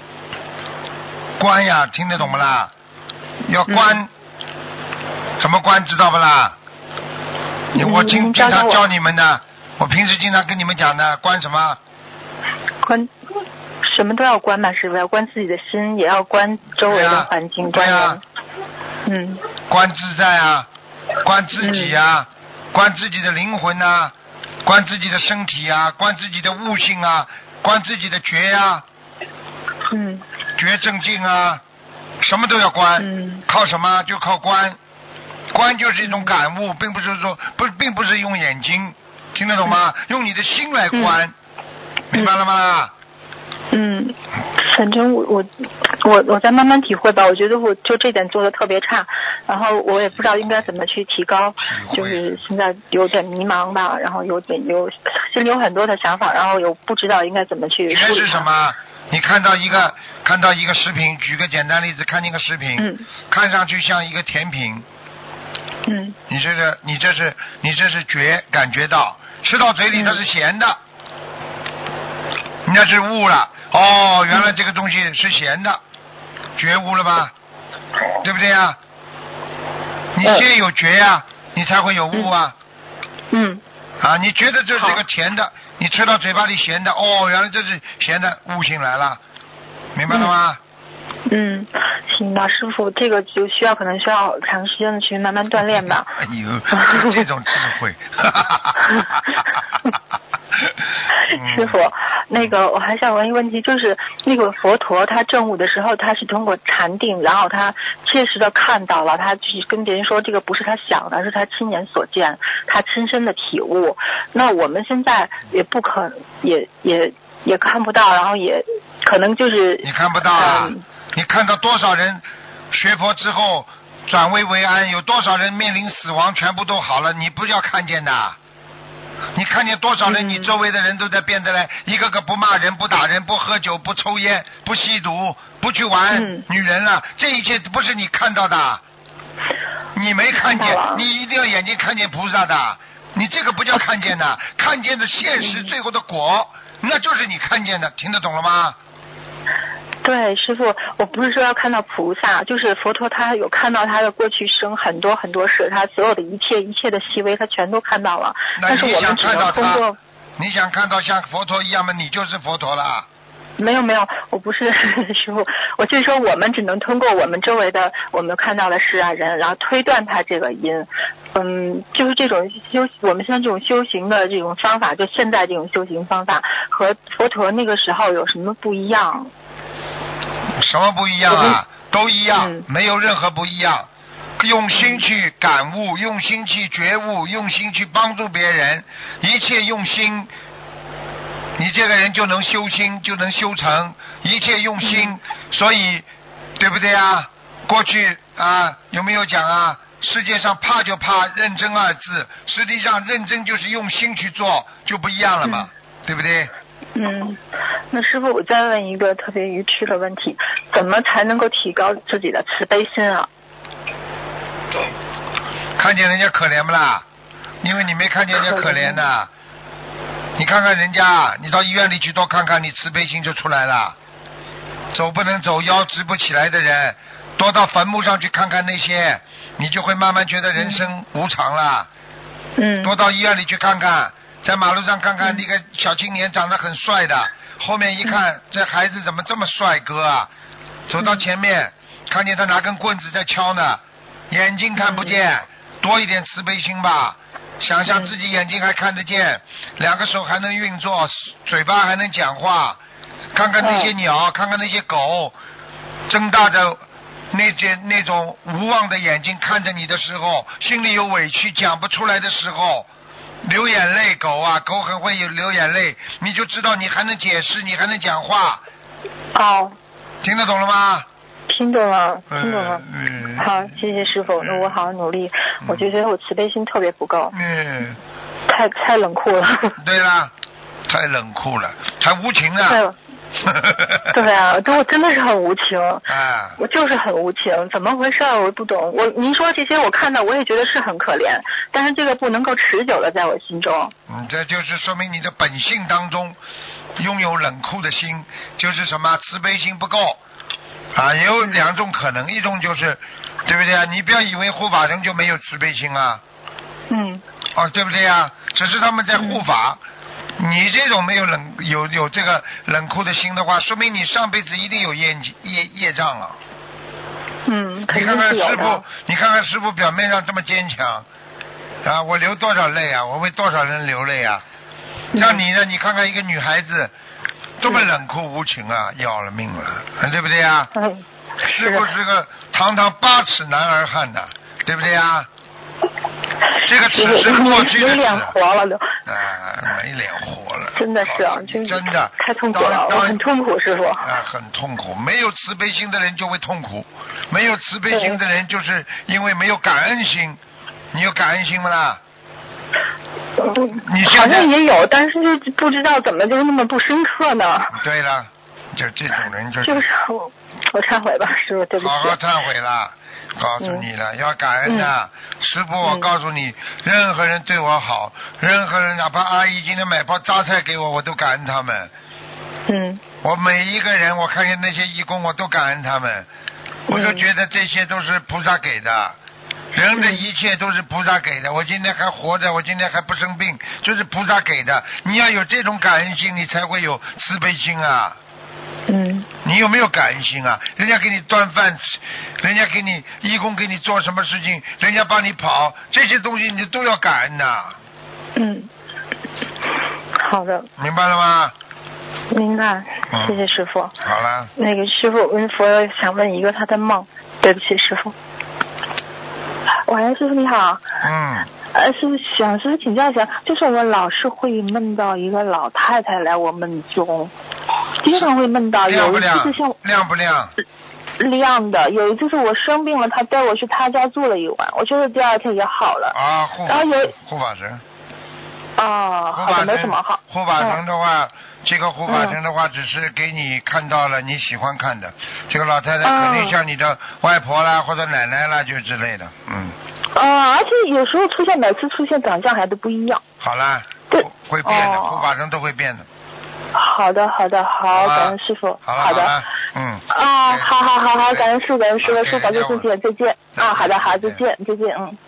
观呀，听得懂不啦？要观，嗯、什么观知道不啦？嗯、我经经常教你们的，我平时经常跟你们讲的，观什么？ 观。什么都要观吧，是不是？要观自己的心，也要观周围的环境， 对呀、啊， 嗯， 观自在啊，观自己啊，嗯、观自己的灵魂啊，观自己的身体啊，观自己的悟性啊，观自己的觉啊， 嗯， 觉正境啊，什么都要观， 嗯， 靠什么？就靠观，观就是一种感悟，并不是说不，并不是用眼睛，听得懂吗？嗯、用你的心来观， 嗯、 明白了吗？ 嗯，反正我我我我在慢慢体会吧。我觉得我就这点做的特别差，然后我也不知道应该怎么去提高，就是现在有点迷茫吧，然后有点有心里有很多的想法，然后又不知道应该怎么去。 觉是什么？你看到一个看到一个食品，举个简单例子，看见个食品， 嗯， 看上去像一个甜品， 嗯， 你这是你这是你这是觉感觉到，吃到嘴里它是咸的。嗯，那是悟了， 哦，原来这个东西是咸的，觉悟了吧？对不对呀？你先有觉呀、啊，你才会有悟啊。 嗯。 啊，你觉得这是个甜的，你吃到嘴巴里咸的，哦，原来这是咸的，悟性来了，明白了吗？ 嗯，行吧，师傅，这个就需要可能需要长时间的去慢慢锻炼吧。 哎呦，这种智慧。 师傅，那个我还想问一个问题，就是那个佛陀他证悟的时候，他是通过禅定，然后他切实的看到了，他去跟别人说这个不是他想的，是他亲眼所见，他亲身的体悟。那我们现在也不可也也也看不到，然后也可能就是你看不到啊。 嗯你看到多少人学佛之后转危为安，有多少人面临死亡全部都好了，你不要看见的。你看见多少人，你周围的人都在变得来，一个个不骂人、不打人、不喝酒、不抽烟、不吸毒、不去玩女人了，这一切不是你看到的，你没看见，你一定要眼睛看见菩萨的，你这个不叫看见的，看见的现实最后的果，那就是你看见的，听得懂了吗？ 对，师傅，我不是说要看到菩萨，就是佛陀他有看到他的过去生很多很多事，他所有的一切一切的细微他全都看到了。但是我们只能通过， 你想看到像佛陀一样吗？你就是佛陀了。 没有没有，我不是师傅，我就是说我们只能通过我们周围的我们看到的事啊人，然后推断他这个因。嗯，就是这种修，我们现在这种修行的这种方法，就现在这种修行方法和佛陀那个时候有什么不一样？ 什么不一样啊？都一样、嗯，没有任何不一样。用心去感悟，用心去觉悟，用心去帮助别人，一切用心，你这个人就能修心，就能修成。一切用心，嗯、所以对不对啊？过去啊，有没有讲啊？世界上怕就怕认真二字，实际上认真就是用心去做，就不一样了嘛，嗯、对不对？ 嗯，那师傅，我再问一个特别愚痴的问题，怎么才能够提高自己的慈悲心啊？ 看见人家可怜不啦？因为你没看见人家可怜的，你看看人家，你到医院里去多看看，你慈悲心就出来了。走不能走，腰直不起来的人，多到坟墓上去看看那些，你就会慢慢觉得人生无常了。 嗯。 多到医院里去看看。在马路上看看那个小青年长得很帅的，后面一看、嗯、这孩子怎么这么帅哥啊？走到前面、嗯、看见他拿根棍子在敲呢，眼睛看不见、嗯、多一点慈悲心吧，想象自己眼睛还看得见、嗯、两个手还能运作，嘴巴还能讲话，看看那些鸟、嗯、看看那些狗睁大着那些那种无望的眼睛看着你的时候，心里有委屈讲不出来的时候流眼泪，狗啊，狗很会有流眼泪，你就知道你还能解释，你还能讲话。 哦， 听得懂了吗？ 听懂了，听懂了。嗯，好，谢谢师傅，那我好好努力。嗯、我就觉得我慈悲心特别不够。 嗯。 太太冷酷了。 对啦，太冷酷了，太无情了。 对。对啊，我真的是很无情。 啊。 我就是很无情，怎么回事我不懂。我您说这些我看到我也觉得是很可怜，但是这个不能够持久的在我心中。 嗯，这就是说明你的本性当中拥有冷酷的心，就是什么慈悲心不够啊。有两种可能，一种就是对不对啊？你不要以为护法神就没有慈悲心啊。 嗯。 哦，对不对啊？只是他们在护法。嗯，你这种没有冷有有这个冷酷的心的话，说明你上辈子一定有业业业障了。 嗯， 你看看师父，你看看师父表面上这么坚强啊，我流多少泪啊，我为多少人流泪啊。像你呢，你看看一个女孩子这么冷酷无情啊，要了命了，对不对啊？ 嗯， 师父是个堂堂八尺男儿汉呐，对不对啊？这个只是过去的事， 没脸活了都。 啊，没脸活了。 真的是啊， 真的太痛苦了，我很痛苦，师傅。 啊，很痛苦。没有慈悲心的人就会痛苦，没有慈悲心的人就是因为没有感恩心。你有感恩心吗啦？你好像也有，但是就不知道怎么就那么不深刻呢。 对了，就这种人就就是我，我忏悔吧，师傅，对不起。 好好忏悔了。告诉你了，嗯、要感恩的、啊嗯。师父，我告诉你、嗯，任何人对我好，任何人哪怕阿姨今天买包榨菜给我，我都感恩他们。 嗯。 我每一个人，我看见那些义工，我都感恩他们，我就觉得这些都是菩萨给的。人的一切都是菩萨给的，我今天还活着，我今天还不生病，就是菩萨给的。你要有这种感恩心，你才会有慈悲心啊。 嗯。 你有没有感恩心啊？人家给你端饭，人家给你义工给你做什么事情，人家帮你跑，这些东西你都要感恩的。 嗯。好的。 明白了吗？ 明白，谢谢师傅。 好了。 那个师傅，问佛想问一个他的梦，对不起师傅。喂，师傅你好。 嗯。 呃，师傅想师傅请教一下，就是我们老是会梦到一个老太太来我梦中，经常会梦到，有一次是像亮不亮？ 亮的，有一次是我生病了，他带我去他家住了一晚，我觉得第二天也好了。 啊，护法。 然后有护法神。 哦，好的，没什么好。 护法神的话，嗯、这个护法神的话， 嗯、 只是给你看到了你喜欢看的。这个老太太肯定像你的外婆啦，嗯、或者奶奶啦，就之类的，嗯。 啊，而且有时候出现，每次出现长相还都不一样。 好啦， 对， 会变的， 哦、 护法神都会变的。 好的，好的，好，感恩师傅。 好了， 好的， 好嗯。 啊，好好好好，感恩师傅，感恩师傅，师傅保重自己，再见。啊，好的，好，再见，再见，嗯。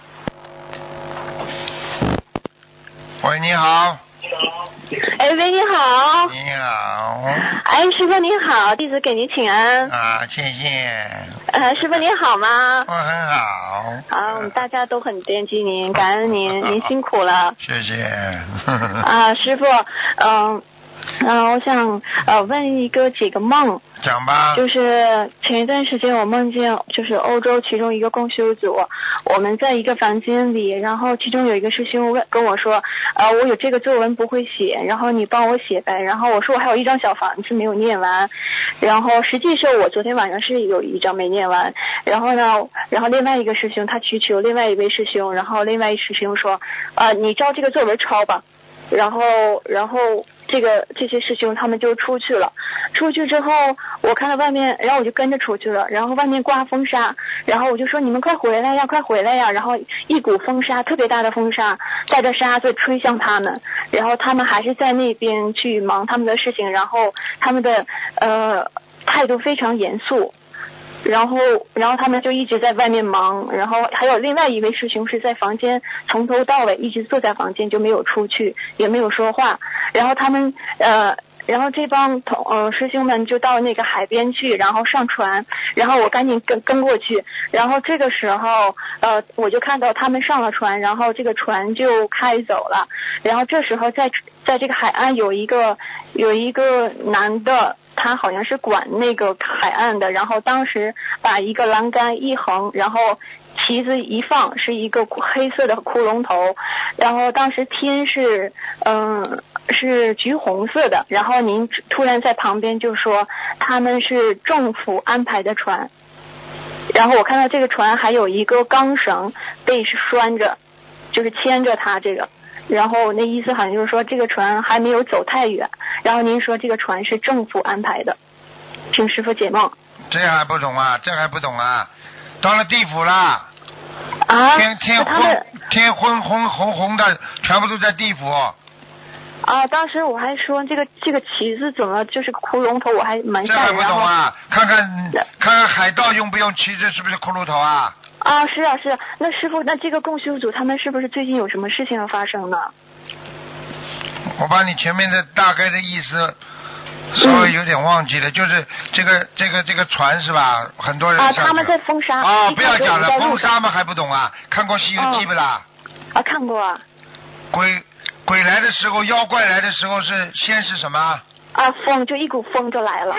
喂，你好。 哎，喂，你好。 你好。 哎，师傅您好，弟子给您请安。 啊，谢谢。 呃，师傅您好吗？ 我很好。 啊，我们大家都很惦记您，感恩您，您辛苦了。 谢谢。 啊，师傅，嗯、呃。嗯、呃，我想呃问一个几个梦。 讲吧。 就是前一段时间我梦见，就是欧洲其中一个共修组，我们在一个房间里，然后其中有一个师兄问跟我说，呃，我有这个作文不会写，然后你帮我写呗。然后我说我还有一张小房子没有念完，然后实际上我昨天晚上是有一张没念完。然后呢，然后另外一个师兄他祈求另外一位师兄，然后另外一师兄说，呃，你照这个作文抄吧。然后，然后。这个这些师兄他们就出去了，出去之后我看到外面，然后我就跟着出去了，然后外面刮风沙，然后我就说你们快回来呀，快回来呀，然后一股风沙，特别大的风沙带着沙子吹向他们，然后他们还是在那边去忙他们的事情，然后他们的呃态度非常严肃。然后，然后他们就一直在外面忙，然后还有另外一位师兄是在房间从头到尾一直坐在房间就没有出去，也没有说话。然后他们呃，然后这帮同呃师兄们就到那个海边去，然后上船，然后我赶紧跟跟过去。然后这个时候呃，我就看到他们上了船，然后这个船就开走了。然后这时候在在这个海岸有一个有一个男的。他好像是管那个海岸的，然后当时把一个栏杆一横，然后旗子一放，是一个黑色的骷髅头，然后当时天是嗯是橘红色的，然后您突然在旁边就说他们是政府安排的船，然后我看到这个船还有一个钢绳被拴着，就是牵着它这个。然后那意思好像就是说这个船还没有走太远，然后您说这个船是政府安排的，请师父解梦。 这还不懂啊？这还不懂啊？到了地府啦！ 啊！ 天天昏天昏红红红的，全部都在地府。 啊！当时我还说这个这个旗子怎么就是骷髅头，我还蛮吓人。 这还不懂啊？看看看看海盗用不用旗子，是不是骷髅头啊？ 啊，是啊是啊，那师傅，那这个共修组他们是不是最近有什么事情要发生呢？ 我把你前面的大概的意思稍微有点忘记了，嗯、就是这个这个这个船是吧？很多人啊，他们在风沙。 哦，不要讲了，风沙嘛还不懂啊？看过《西游记》不啦？ 啊，看过啊。 鬼鬼来的时候，妖怪来的时候是先是什么？ 啊，风就一股风就来了。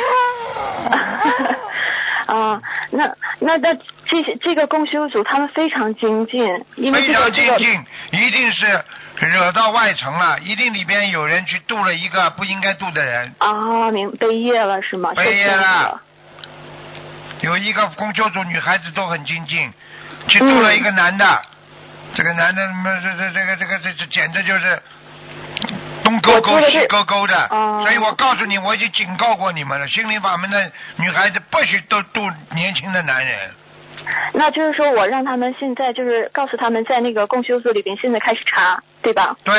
啊，那那那这些这个共修组他们非常精进，因为、这个、 非常精进，一定是惹到外层了，一定里边有人去渡了一个不应该渡的人。 啊，明背业了是吗？ 背业了。有一个共修组女孩子都很精进，去渡了一个男的，嗯、这个男的这这这个这个这这简直就是东勾勾西勾勾的， 哦、 所以我告诉你，我已经警告过你们了，心灵法门的女孩子不许都渡年轻的男人。 那就是说我让他们现在就是告诉他们在那个共修组里边现在开始查，对吧？ 对，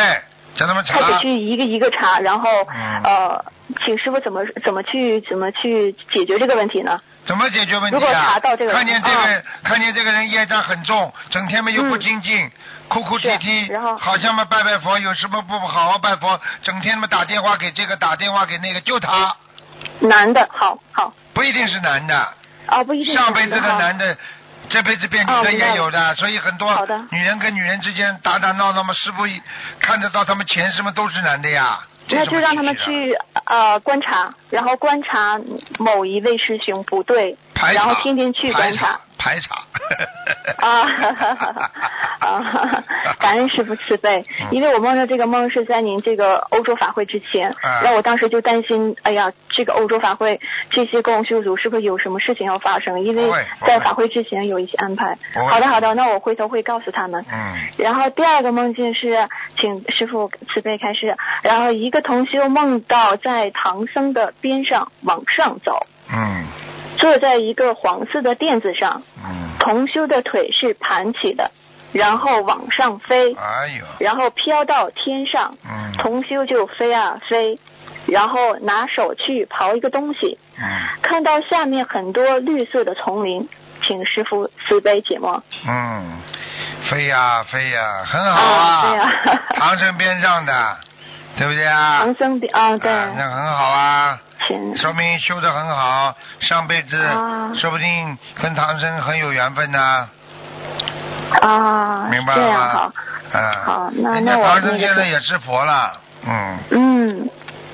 叫他们查。 他得去一个一个查，然后、 嗯、 呃，请师傅怎么怎么去怎么去解决这个问题呢？ 怎么解决问题啊？ 如果查到这个， 看见这个、 啊、 看见这个人业障很重，整天嘛又不精进，嗯、哭哭啼啼， 然后好像嘛拜拜佛有什么不好好拜佛，整天嘛打电话给这个打电话给那个，就他。 男的，好好。 不一定是男的。 哦，不一定是男的。 上辈子的男的。这辈子变女人也有的，哦、所以很多女人跟女人之间打打闹闹嘛，师傅看得到他们前世嘛都是男的呀。 那就让他们去呃观察，然后观察某一位师兄不对，然后天天去观察。 排查。 啊啊！感恩师父慈悲，嗯、因为我梦到这个梦是在您这个欧洲法会之前，然后、嗯、我当时就担心，哎呀，这个欧洲法会这些共修组是不是有什么事情要发生？因为在法会之前有一些安排。好的好的，那我回头会告诉他们。 嗯。 然后第二个梦境是，请师父慈悲开示。然后一个同修梦到在唐僧的边上往上走。 嗯。 坐在一个黄色的垫子上， 嗯， 同修的腿是盘起的，然后往上飞， 哎呦， 然后飘到天上， 嗯， 同修就飞啊飞，然后拿手去刨一个东西， 嗯， 看到下面很多绿色的丛林，请师父慈悲解梦。 嗯，飞呀飞呀，很好啊， 对呀， 唐僧边上的，对不对啊？ 唐僧边啊，对， 啊，那很好啊。说明修得很好，上辈子、 啊、 说不定跟唐僧很有缘分呢、 啊。啊， 明白了吗？ 这样好。 嗯， 好，那那我。唐僧现在也是佛了，嗯。 嗯。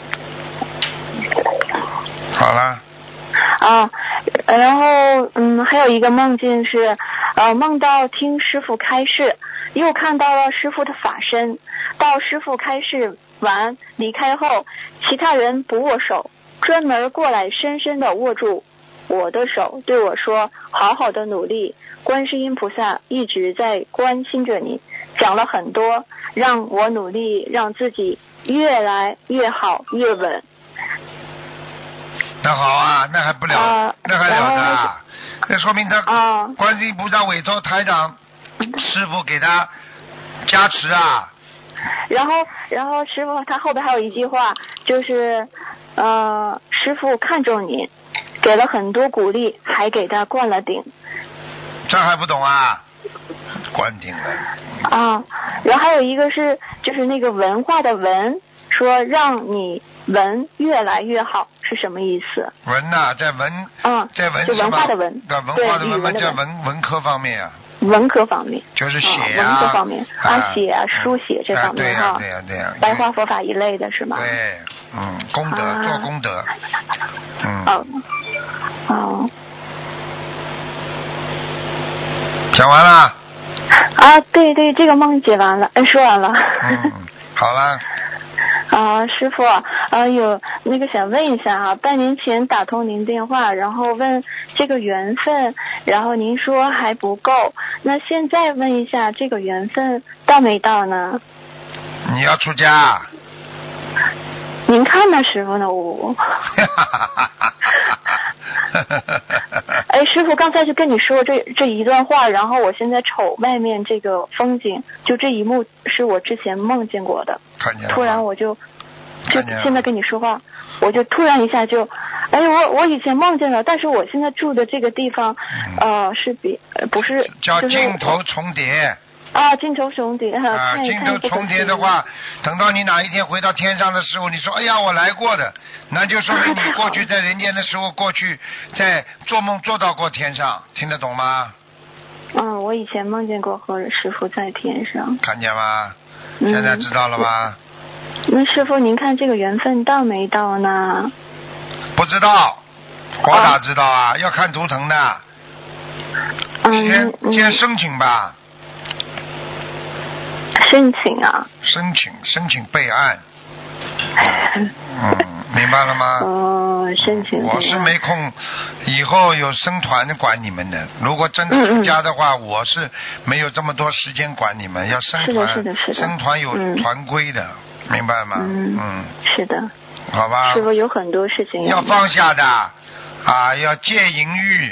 好了。 啊，然后嗯，还有一个梦境是，呃，梦到听师父开示，又看到了师父的法身，到师父开示完离开后，其他人不握手。专门过来深深地握住我的手，对我说好好的努力，观世音菩萨一直在关心着你，讲了很多，让我努力让自己越来越好越稳。 那好啊，那还不了、 啊、 那还了得啊，那说明他、 啊、 观世音菩萨委托台长师父给他加持啊。 然后然后师父他后边还有一句话，就是呃，师父看中你，给了很多鼓励，还给他灌了顶。 这还不懂啊？灌顶了。 啊，然后还有一个是，就是那个文化的文，说让你文越来越好，是什么意思？ 文呐、啊，在文， 嗯， 在文就文化的文， 对，文化的文嘛，在文文科方面啊。 文科方面。 就是写啊。 文科方面啊，写啊，书写这方面哈。 对呀，对呀， 白话佛法一类的是吗？ 对。嗯，功德、啊、做功德，嗯， 哦，哦， 讲完了。 啊，对对，这个梦解完了，哎，说完了。 嗯，好了。 啊，师父，啊，有那个想问一下啊，半年前打通您电话，然后问这个缘分，然后您说还不够，那现在问一下，这个缘分到没到呢？ 你要出家。 您看呢，师傅呢？我，哎，师傅刚才就跟你说这这一段话，然后我现在瞅外面这个风景，就这一幕是我之前梦见过的。 看见了。 突然我就就现在跟你说话，我就突然一下就，哎，我我以前梦见了，但是我现在住的这个地方，嗯、呃，是比不是叫镜头重叠。 啊，镜头重叠哈， 啊，镜头重叠的话，等到你哪一天回到天上的时候，你说哎呀我来过的，那就说明你过去在人间的时候，过去在做梦做到过天上，听得懂吗？ 嗯，我以前梦见过和师父在天上。 看见吗？现在知道了吗？ 嗯、那师父您看这个缘分到没到呢？ 不知道，我哪知道啊？啊要看图腾的。 嗯。 先先申请吧。 申请啊？ 申请申请备案。嗯，明白了吗？ 哦，申请。 我是没空，以后有生团管你们的。如果真的出家的话，嗯嗯我是没有这么多时间管你们。要生团， 是的，是的，是的。 生团有团规的，嗯、明白吗？ 嗯嗯， 是的。 好吧。 师父有很多事情要放下的啊，要戒淫欲，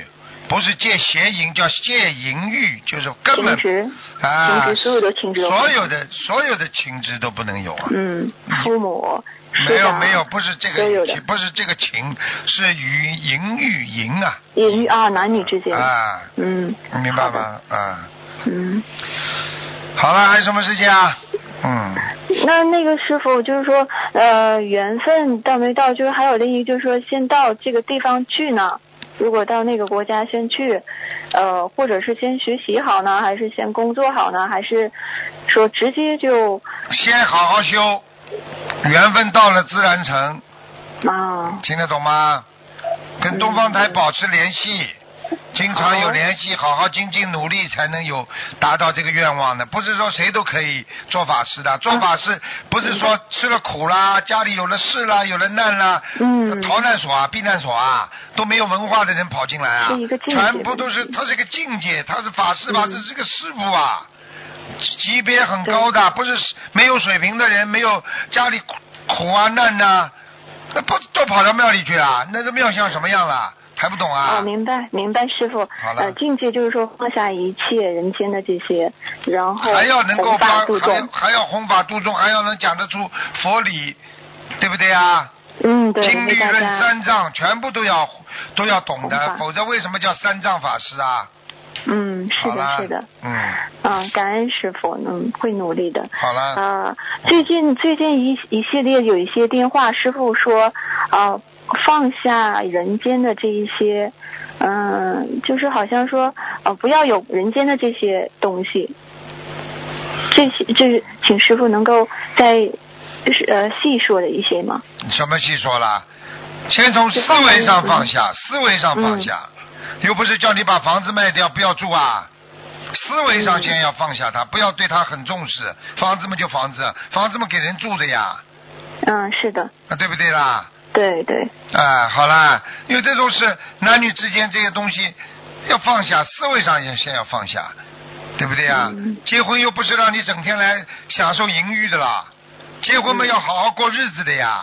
不是戒邪淫，叫戒淫欲，就是根本停止啊， 停止所有的情执都不能所有的所有的情执都不能有啊。 嗯，父母没有师长没有，不是这所有的个，不是这个情，是与淫欲淫啊。 淫欲啊，男女之间啊， 嗯， 明白吗？啊， 嗯。 好了，还有什么事情啊？嗯， 那那个师傅就是说，呃，缘分到没到？就是还有另一就是说，先到这个地方去呢？如果到那个国家先去，呃，或者是先学习好呢，还是先工作好呢？还是说直接就先好好修，缘分到了自然成。 啊， 听得懂吗？跟东方台保持联系。经常有联系，好好精进努力，才能有达到这个愿望的。不是说谁都可以做法师的，做法师不是说吃了苦啦，家里有了事啦，有了难啦， 嗯， 逃难所啊，避难所啊，都没有文化的人跑进来啊， 是一个境界全部都是他是个境界，他是法师吧， 嗯、 这是个师傅啊，级别很高的，不是没有水平的人，没有家里苦啊难呐，那不都跑到庙里去了？那个庙像什么样了？还不懂啊？ 哦，明白明白，师傅。 好了。 呃，境界就是说放下一切人间的这些，然后还要能够弘法度还要众， 还要弘法度众，还要能讲得出佛理，对不对啊？ 嗯，对。 经律论大家三藏全部都要都要懂的， 弘法否则为什么叫三藏法师啊？ 嗯，是的，是的。 嗯。 啊，感恩师傅，嗯，会努力的。 好了。 啊，最近最近一一系列有一些电话，师傅说啊。放下人间的这一些，嗯，就是好像说，呃，不要有人间的这些东西。这些，就是请师傅能够再呃细说的一些吗？ 什么细说了？先从思维上放下，思维上放下，嗯、又不是叫你把房子卖掉不要住啊。思维上先要放下它，嗯、不要对它很重视。房子嘛就房子，房子嘛给人住的呀。 嗯，是的。 啊，对不对啦？ 对对。 啊，好啦，因为这种是男女之间这些东西要放下，思维上也先要放下，对不对啊？ 嗯、 结婚又不是让你整天来享受淫欲的啦，结婚嘛要好好过日子的呀，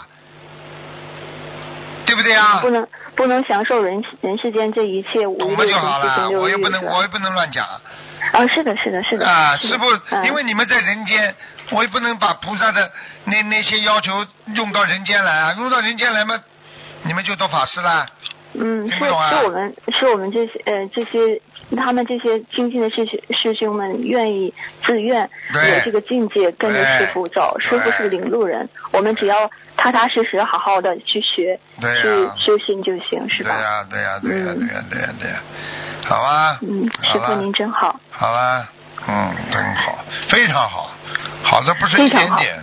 对不对啊？ 不能不能享受人人世间这一切无懂了就好了，我又不能我又不能乱讲。 啊，是的，是的，是的。 啊，师傅， 嗯、 因为你们在人间，我也不能把菩萨的那那些要求用到人间来啊，用到人间来嘛，你们就做法师啦。 嗯，是、 啊、 是我们是我们这些呃这些他们这些精进的师兄师兄们愿意自愿有这个境界跟着师傅走，师傅是领路人，我们只要踏踏实实好好的去学， 对啊、 去修行就行，是吧？ 对呀、啊、对呀、啊、对呀、啊、对呀、啊、对呀、啊、对呀、啊，好啊。 嗯，师傅您真好。 好啦，嗯，真好，非常好，好的不是一点点。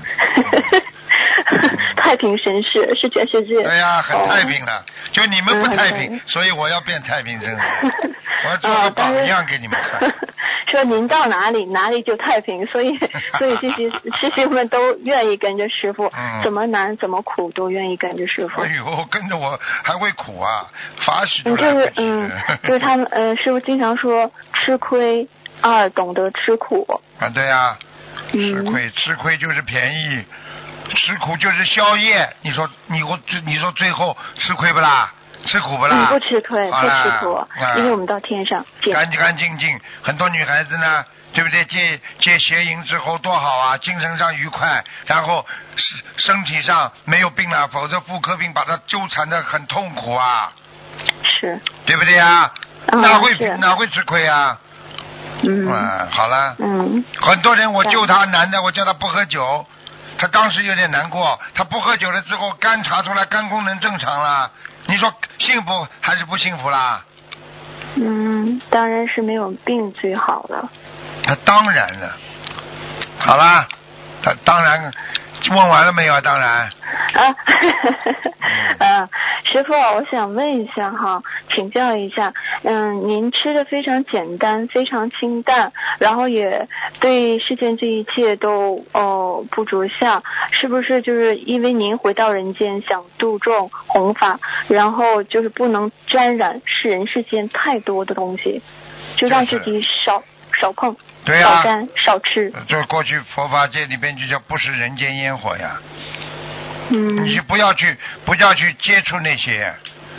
太平绅士是全世界。 对呀，很太平了， 哦、 就你们不太平，嗯、所以我要变太平绅士，我要做个榜样给你们看。 说您到哪里哪里就太平，所以所以这些师兄们都愿意跟着师傅， 嗯、 怎么难怎么苦都愿意跟着师傅。 哎呦，跟着我还会苦啊，法喜就来不及。嗯，就是他们呃，师傅经常说吃亏，二懂得吃苦。 啊，对呀、啊，吃亏、 嗯、 吃亏就是便宜。吃苦就是宵夜，你说你我你说最后吃亏不啦？吃苦不啦？ 嗯、不吃亏，不吃苦、 啊， 因为我们到天上。 干干净净，很多女孩子呢，对不对？戒戒邪淫之后多好啊，精神上愉快，然后身体上没有病了，否则妇科病把她纠缠得很痛苦啊。 是。 对不对啊？ 嗯、 哪会哪会吃亏啊？ 嗯。 啊，好了。 嗯。 很多人我救他男的，我叫他不喝酒。他当时有点难过，他不喝酒了之后，肝查出来肝功能正常了，你说幸福还是不幸福啦？ 嗯，当然是没有病最好了。 他当然了，好啦，他当然问完了没有啊？当然。 啊，呃，师傅，我想问一下哈，请教一下，嗯，您吃的非常简单，非常清淡，然后也对世间这一切都哦不着相，是不是就是因为您回到人间想度众弘法，然后就是不能沾染世人世间太多的东西，就让自己少、就是、少碰。 对啊， 少沾少吃， 这过去佛法界里边就叫不食人间烟火呀。 嗯， 你就不要去，不要去接触那些，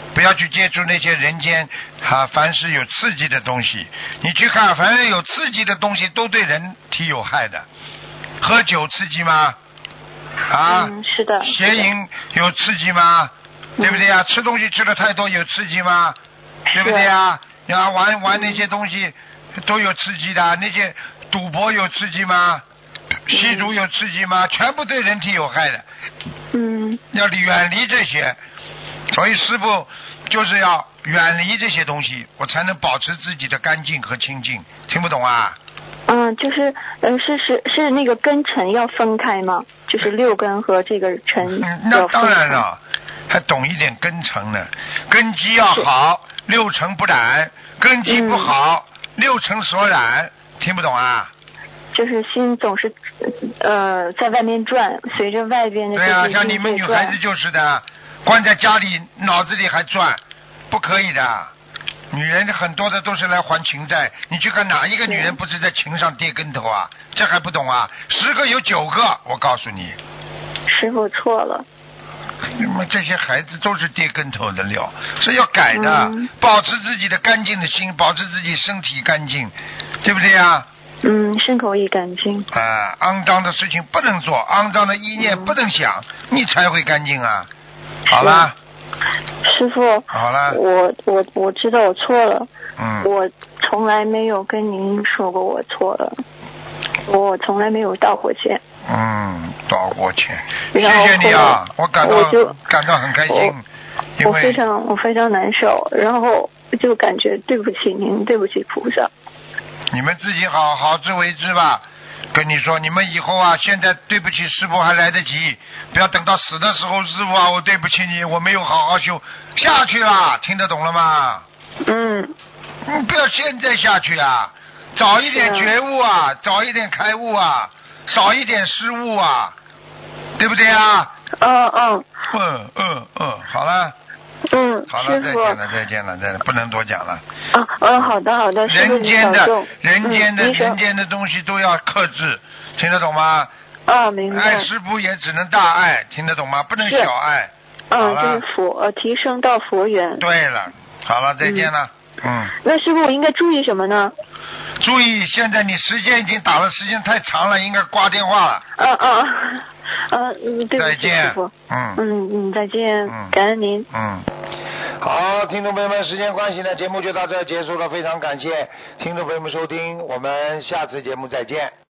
不要去接触那些人间啊，凡是有刺激的东西。你去看，凡是有刺激的东西都对人体有害的。喝酒刺激吗？啊， 嗯，是的。 邪淫有刺激吗？ 嗯、 对不对呀？吃东西吃的太多有刺激吗？对不对呀？呀，玩玩那些东西都有刺激的，那些赌博有刺激吗？吸毒有刺激吗？全部对人体有害的。 嗯。 要远离这些，所以师父就是要远离这些东西，我才能保持自己的干净和清净。听不懂啊？ 嗯，就是呃，是是是那个根尘要分开吗？就是六根和这个尘、 嗯。那当然了，还懂一点根尘呢。根基要好，六尘不染；根基不好，嗯、六尘所染。听不懂啊？ 就是心总是呃在外面转，随着外边的。 对啊，像你们女孩子就是的，关在家里脑子里还转，不可以的。女人很多的都是来还情债，你去看哪一个女人不是在情上跌跟头啊？这还不懂啊？十个有九个，我告诉你。 师父错了。 那么这些孩子都是跌跟头的料，是要改的。嗯、保持自己的干净的心，保持自己身体干净，对不对啊？ 嗯，身口意干净。 啊，肮脏的事情不能做，肮脏的意念不能想，嗯、你才会干净啊。好了。 师父， 好了， 我我我知道我错了。 嗯。 我从来没有跟您说过我错了，我从来没有道过歉。 嗯，道过歉，谢谢你啊，我感到我就感到很开心。 我, 我非常我非常难受，然后就感觉对不起您，对不起菩萨。 你们自己好好自为之吧。跟你说，你们以后啊，现在对不起师父还来得及，不要等到死的时候，师父啊，我对不起你，我没有好好修，下去了，听得懂了吗？ 嗯。 你不要现在下去啊，早一点觉悟啊，早一点开悟啊，少一点失误啊，对不对啊？ 嗯嗯。 嗯嗯嗯，好了。 嗯， 好了，再见了，再见了，再见，不能多讲了。 啊，嗯，好的，好的。 人间的、人间的、 嗯、 人间的东西都要克制，听得懂吗？ 啊，明白。 爱师父也只能大爱，听得懂吗？不能小爱。 嗯，就是佛呃提升到佛缘。 对了，好了，再见了。嗯。嗯那师父我应该注意什么呢？ 注意，现在你时间已经打了时间太长了，应该挂电话了。 啊啊。呃，嗯，对不起，师父。 嗯嗯嗯，再见， 嗯， 感恩您。 嗯，好，听众朋友们，时间关系呢，节目就到这结束了，非常感谢听众朋友们收听，我们下次节目再见。